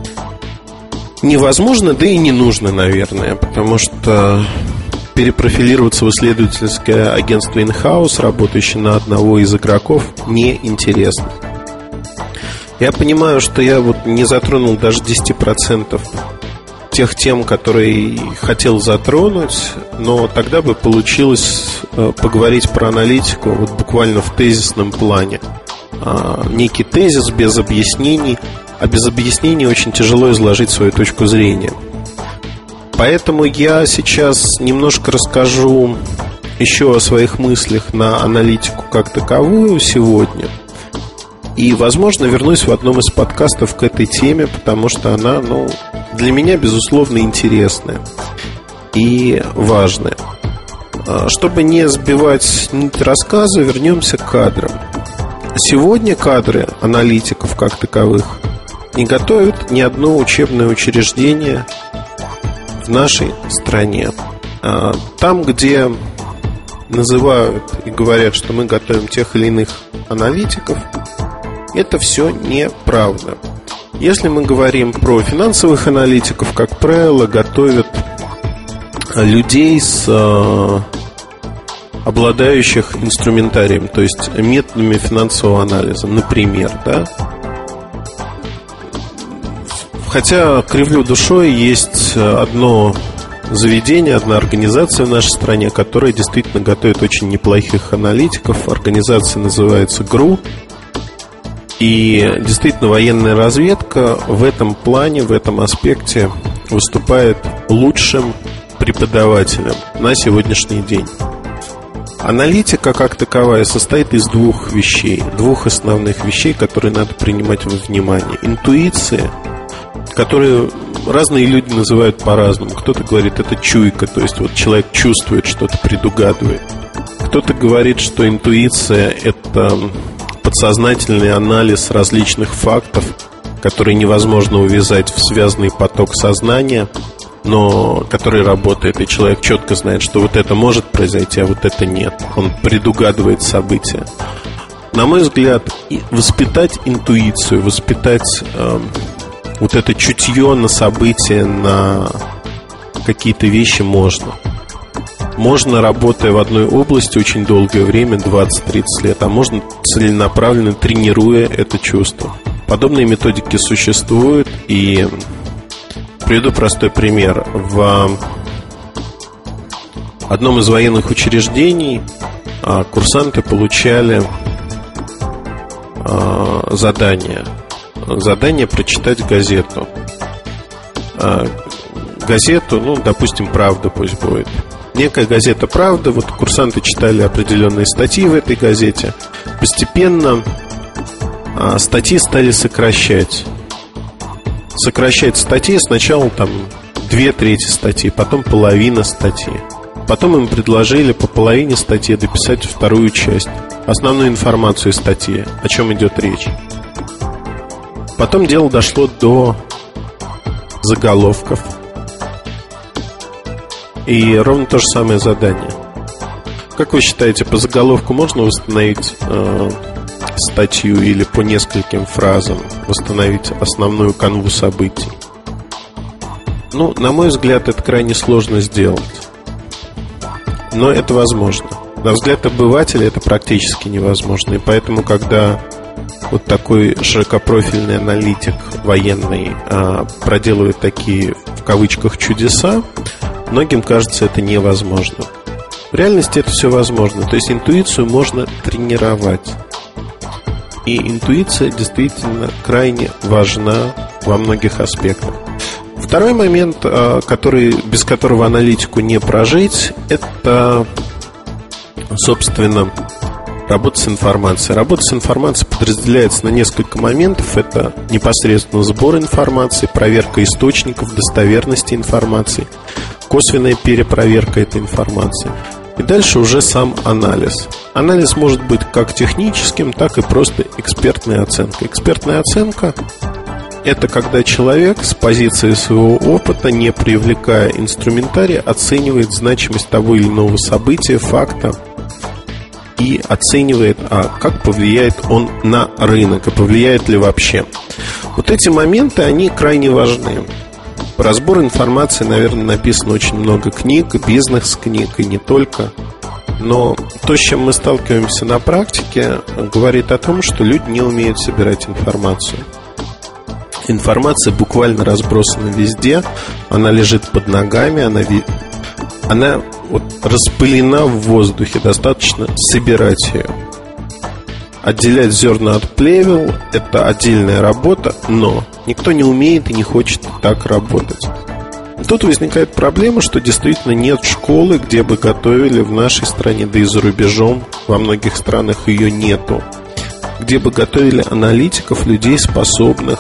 Невозможно, да и не нужно, наверное, потому что перепрофилироваться в исследовательское агентство in-house, работающее на одного из игроков, неинтересно. Я понимаю, что я вот не затронул даже 10% тех тем, которые хотел затронуть, но тогда бы получилось поговорить про аналитику вот буквально в тезисном плане. Некий тезис без объяснений, а без объяснений очень тяжело изложить свою точку зрения. Поэтому я сейчас немножко расскажу еще о своих мыслях на аналитику как таковую сегодня. И, возможно, вернусь в одном из подкастов к этой теме, потому что она, для меня, безусловно, интересная и важная. Чтобы не сбивать нить рассказа, вернемся к кадрам. Сегодня кадры аналитиков как таковых не готовят ни одно учебное учреждение в нашей стране. Там, где называют и говорят, что мы готовим тех или иных аналитиков, это все неправда. Если мы говорим про финансовых аналитиков, как правило, готовят людей, обладающих инструментарием, то есть методами финансового анализа, например, да? Хотя, кривлю душой, есть одно заведение, одна организация в нашей стране, которая действительно готовит очень неплохих аналитиков. Организация называется ГРУ. И действительно, военная разведка в этом плане, в этом аспекте выступает лучшим преподавателем на сегодняшний день. Аналитика как таковая состоит из двух вещей, двух основных вещей, которые надо принимать во внимание. Интуиция, которую разные люди называют по-разному. Кто-то говорит, это чуйка, то есть вот человек чувствует что-то, предугадывает. Кто-то говорит, что интуиция — это подсознательный анализ различных фактов, которые невозможно увязать в связанный поток сознания, но который работает, и человек четко знает, что вот это может произойти, а вот это нет. Он предугадывает события. На мой взгляд, воспитать интуицию, воспитать вот это чутье на события, на какие-то вещи можно. Можно, работая в одной области очень долгое время, 20-30 лет, а можно целенаправленно тренируя это чувство. Подобные методики существуют, и приведу простой пример. В одном из военных учреждений курсанты получали задание прочитать газету. Газету, допустим, «Правда» пусть будет. Некая газета «Правда», вот курсанты читали определенные статьи в этой газете. Постепенно статьи стали сокращать. Сокращать статьи, сначала там 2/3 статьи, потом половина статьи. Потом им предложили по половине статьи дописать вторую часть. основную информацию из статьи, о чем идет речь. Потом дело дошло до заголовков. И ровно то же самое задание. Как вы считаете, по заголовку можно восстановить статью или по нескольким фразам восстановить основную канву событий? Ну, на мой взгляд, это крайне сложно сделать. Но это возможно. На взгляд обывателя это практически невозможно. И поэтому, когда вот такой широкопрофильный аналитик военный проделывает такие, в кавычках, чудеса, многим кажется это невозможно. В реальности это все возможно. То есть интуицию можно тренировать. И интуиция действительно крайне важна во многих аспектах. Второй момент, без которого аналитику не прожить, это, собственно, работа с информацией. Работа с информацией подразделяется на несколько моментов. Это непосредственно сбор информации, проверка источников, достоверности информации, косвенная перепроверка этой информации. И дальше уже сам анализ. Анализ может быть как техническим, так и просто экспертной оценкой. Экспертная оценка – это когда человек с позиции своего опыта, не привлекая инструментарий, оценивает значимость того или иного события, факта и оценивает, как повлияет он на рынок и повлияет ли вообще. Вот эти моменты, они крайне важны. По разбору информации, наверное, написано очень много книг, бизнес-книг и не только. Но то, с чем мы сталкиваемся на практике, говорит о том, что люди не умеют собирать информацию. Информация буквально разбросана везде. Она лежит под ногами, она вот распылена в воздухе. Достаточно собирать ее. Отделять зерна от плевел – это отдельная работа, но никто не умеет и не хочет так работать. Тут возникает проблема, что действительно нет школы, где бы готовили в нашей стране, да и за рубежом, во многих странах ее нету, где бы готовили аналитиков, людей, способных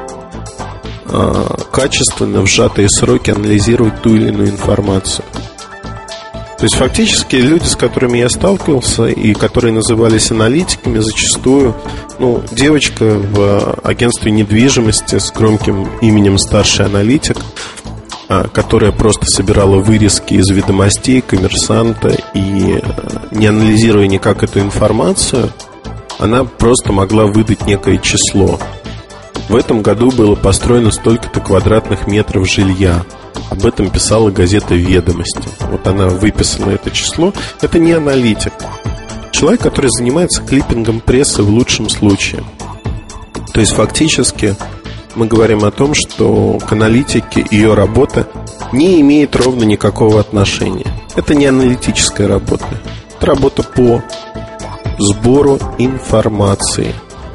качественно, в сжатые сроки анализировать ту или иную информацию. То есть фактически люди, с которыми я сталкивался и которые назывались аналитиками, зачастую, девочка в агентстве недвижимости с громким именем старший аналитик, которая просто собирала вырезки из ведомостей, Коммерсанта, и не анализируя никак эту информацию, она просто могла выдать некое число. В этом году было построено столько-то квадратных метров жилья. Об этом писала газета «Ведомости». Вот она выписала это число. Это не аналитик. Человек, который занимается клиппингом прессы в лучшем случае. То есть фактически мы говорим о том, что к аналитике ее работа не имеет ровно никакого отношения. Это не аналитическая работа. Это работа по сбору информации.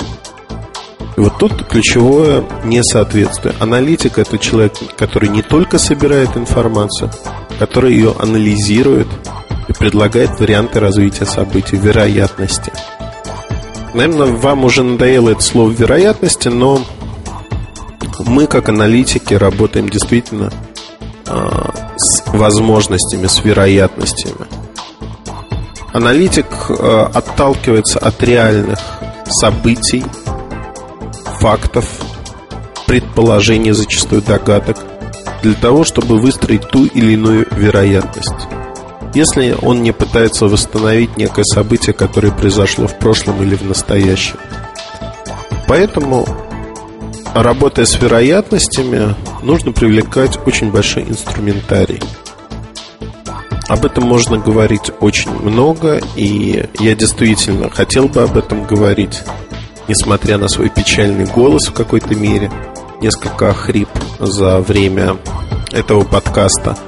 И вот тут ключевое несоответствие. Аналитик – это человек, который не только собирает информацию, который ее анализирует и предлагает варианты развития событий, вероятности. Наверное, вам уже надоело это слово «вероятности», но мы, как аналитики, работаем действительно с возможностями, с вероятностями. Аналитик отталкивается от реальных событий, фактов, предположений, зачастую догадок, для того, чтобы выстроить ту или иную вероятность. Если он не пытается восстановить некое событие, которое произошло в прошлом или в настоящем. Поэтому, работая с вероятностями, нужно привлекать очень большой инструментарий. Об этом можно говорить очень много, и я действительно хотел бы об этом говорить, несмотря на свой печальный голос в какой-то мере, несколько охрип за время этого подкаста.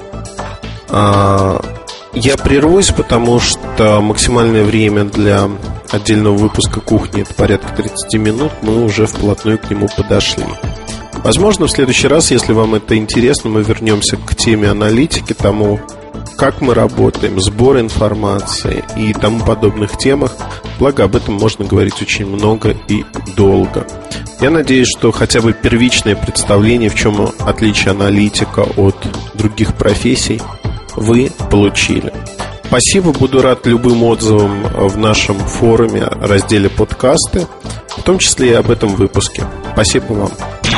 Я прервусь, потому что максимальное время для отдельного выпуска «Кухни» — это порядка 30 минут. Мы уже вплотную к нему подошли. Возможно, в следующий раз, если вам это интересно, мы вернемся к теме аналитики, тому, как мы работаем, сбор информации и тому подобных темах. Благо, об этом можно говорить очень много и долго. Я надеюсь, что хотя бы первичное представление, в чем отличие аналитика от других профессий, вы получили. Спасибо, буду рад любым отзывам в нашем форуме, разделе подкасты, в том числе и об этом выпуске. Спасибо вам.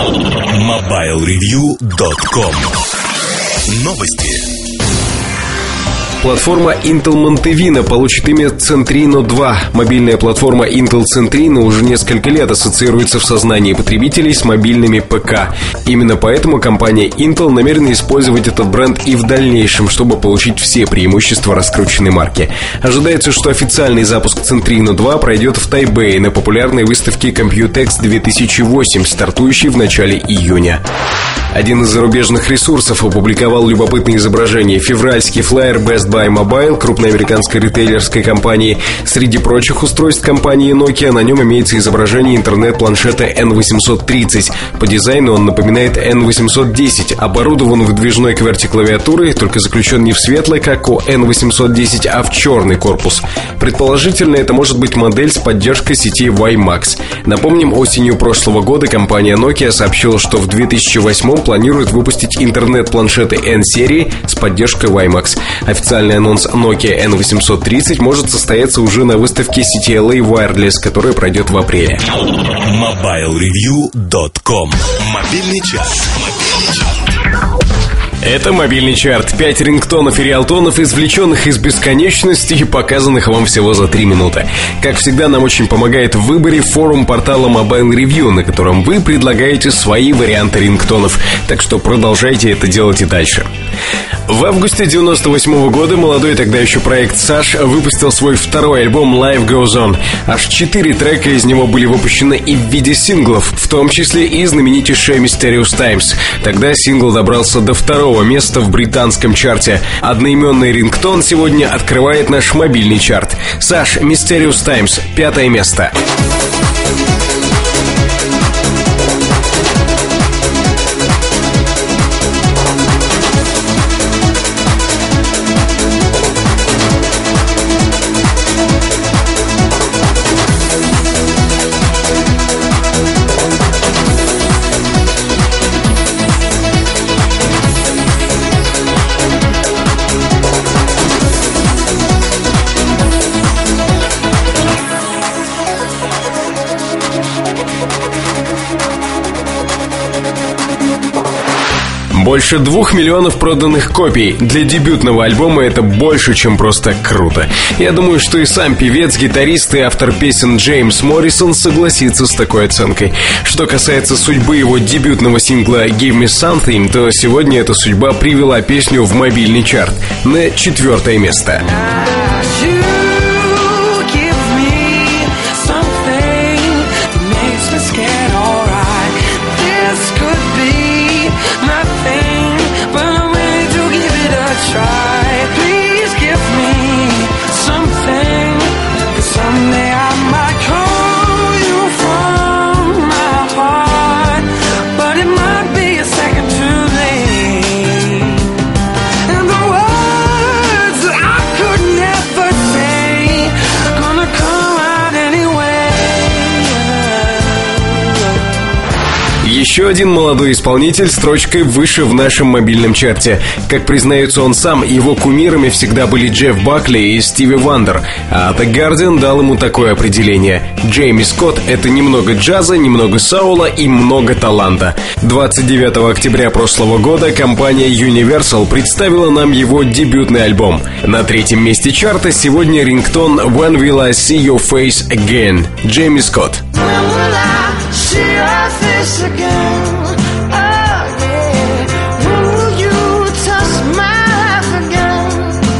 MobileReview.com. Новости. Платформа Intel Montevino получит имя Centrino 2. Мобильная платформа Intel Centrino уже несколько лет ассоциируется в сознании потребителей с мобильными ПК. Именно поэтому компания Intel намерена использовать этот бренд и в дальнейшем, чтобы получить все преимущества раскрученной марки. Ожидается, что официальный запуск Centrino 2 пройдет в Тайбэе на популярной выставке Computex 2008, стартующей в начале июня. Один из зарубежных ресурсов опубликовал любопытное изображение. Февральский флаер Best Buy Mobile, крупной американской ритейлерской компании. Среди прочих устройств компании Nokia на нем имеется изображение интернет-планшета N830. По дизайну он напоминает N810. Оборудован выдвижной QWERTY-клавиатурой, только заключен не в светлый, как у N810, а в черный корпус. Предположительно, это может быть модель с поддержкой сети WiMAX. Напомним, осенью прошлого года компания Nokia сообщила, что в 2008 планирует выпустить интернет-планшеты N-серии с поддержкой WiMAX. Официальный анонс Nokia N830 может состояться уже на выставке CTLA Wireless, которая пройдет в апреле. MobileReview.com. Мобильный час. Это мобильный чарт. 5 рингтонов и риалтонов, извлеченных из бесконечности и показанных вам всего за 3 минуты. Как всегда, нам очень помогает в выборе форум портала Mobile Review, на котором вы предлагаете свои варианты рингтонов. Так что продолжайте это делать и дальше. В августе 98 года молодой тогда еще проект Sash выпустил свой второй альбом Life Goes On. Аж 4 трека из него были выпущены и в виде синглов, в том числе и знаменитейшая Mysterious Times. Тогда сингл добрался до 2-го места в британском чарте. Одноименный рингтон сегодня открывает наш мобильный чарт. Sash, Mysterious Times, 5-е место. Больше 2 миллионов проданных копий. Для дебютного альбома это больше, чем просто круто. Я думаю, что и сам певец, гитарист и автор песен Джеймс Моррисон согласится с такой оценкой. Что касается судьбы его дебютного сингла Give Me Something, то сегодня эта судьба привела песню в мобильный чарт на 4-е место. Еще один молодой исполнитель строчкой выше в нашем мобильном чарте. Как признается он сам, его кумирами всегда были Джефф Бакли и Стиви Вандер. А The Guardian дал ему такое определение: Джейми Скотт — это немного джаза, немного саула и много таланта. 29 октября прошлого года компания Universal представила нам его дебютный альбом. На 3-м месте чарта сегодня рингтон When Will I See Your Face Again? Джейми Скотт. See your face again, oh yeah. When will you touch my life again?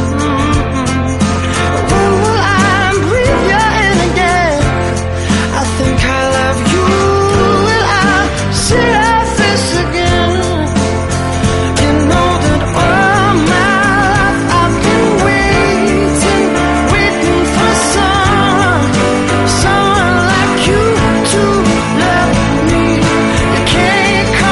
When will I breathe you in again? I think I love you. Will I see your face again? You know that all my life I've been waiting for someone like you to love me. You can't come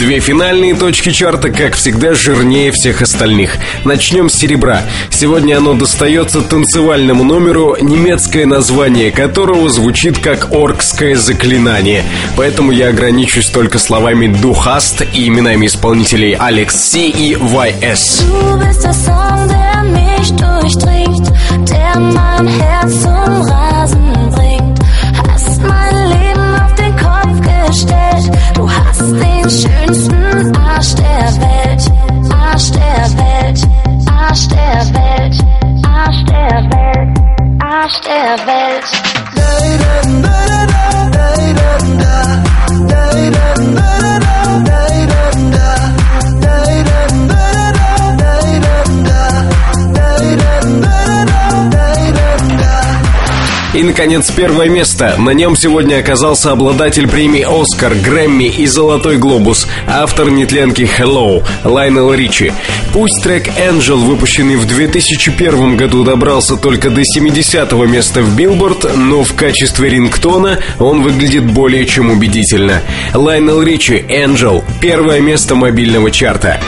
Две финальные точки чарта, как всегда, жирнее всех остальных. Начнем с серебра. Сегодня оно достается танцевальному номеру, немецкое название которого звучит как оркское заклинание. Поэтому я ограничусь только словами «Du hast» и именами исполнителей Алекс Си и YS. Du bist der Song, der mich durchdringt, der mein Herz zum Rasen bringt. Hast mein Leben auf den Kopf gestellt. Du hast den schönsten Arsch der Welt. Arsch der Welt. Arsch der Welt. Arsch der Welt. Arsch der Welt. И, наконец, первое место. На нем сегодня оказался обладатель премий «Оскар», «Грэмми» и «Золотой глобус», автор нетленки «Hello» Лайонел Ричи. Пусть трек «Angel», выпущенный в 2001 году, добрался только до 70-го места в Billboard, но в качестве рингтона он выглядит более чем убедительно. Лайонел Ричи «Angel» — первое место мобильного чарта.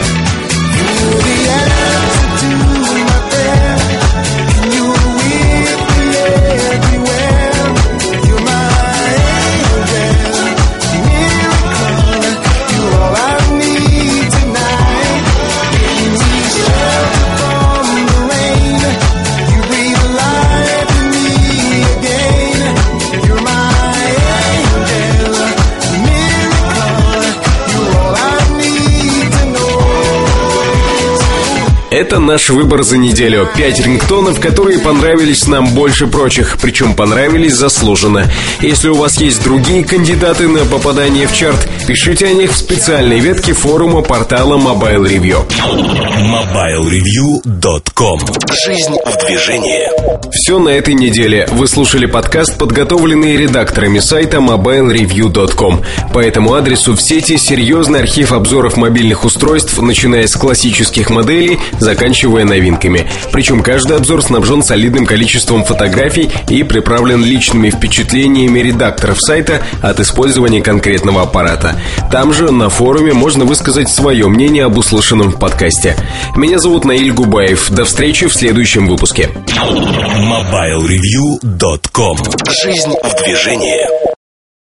Это наш выбор за неделю. 5 рингтонов, которые понравились нам больше прочих, причем понравились заслуженно. Если у вас есть другие кандидаты на попадание в чарт, пишите о них в специальной ветке форума портала Mobile Review. MobileReview.com. Жизнь в движении. Все на этой неделе. Вы слушали подкаст, подготовленный редакторами сайта MobileReview.com. По этому адресу в сети серьезный архив обзоров мобильных устройств, начиная с классических моделей, заканчивая новинками. Причем каждый обзор снабжен солидным количеством фотографий и приправлен личными впечатлениями редакторов сайта от использования конкретного аппарата. Там же, на форуме, можно высказать свое мнение об услышанном в подкасте. Меня зовут Наиль Губаев. До встречи в следующем выпуске. MobileReview.com. Жизнь в движении.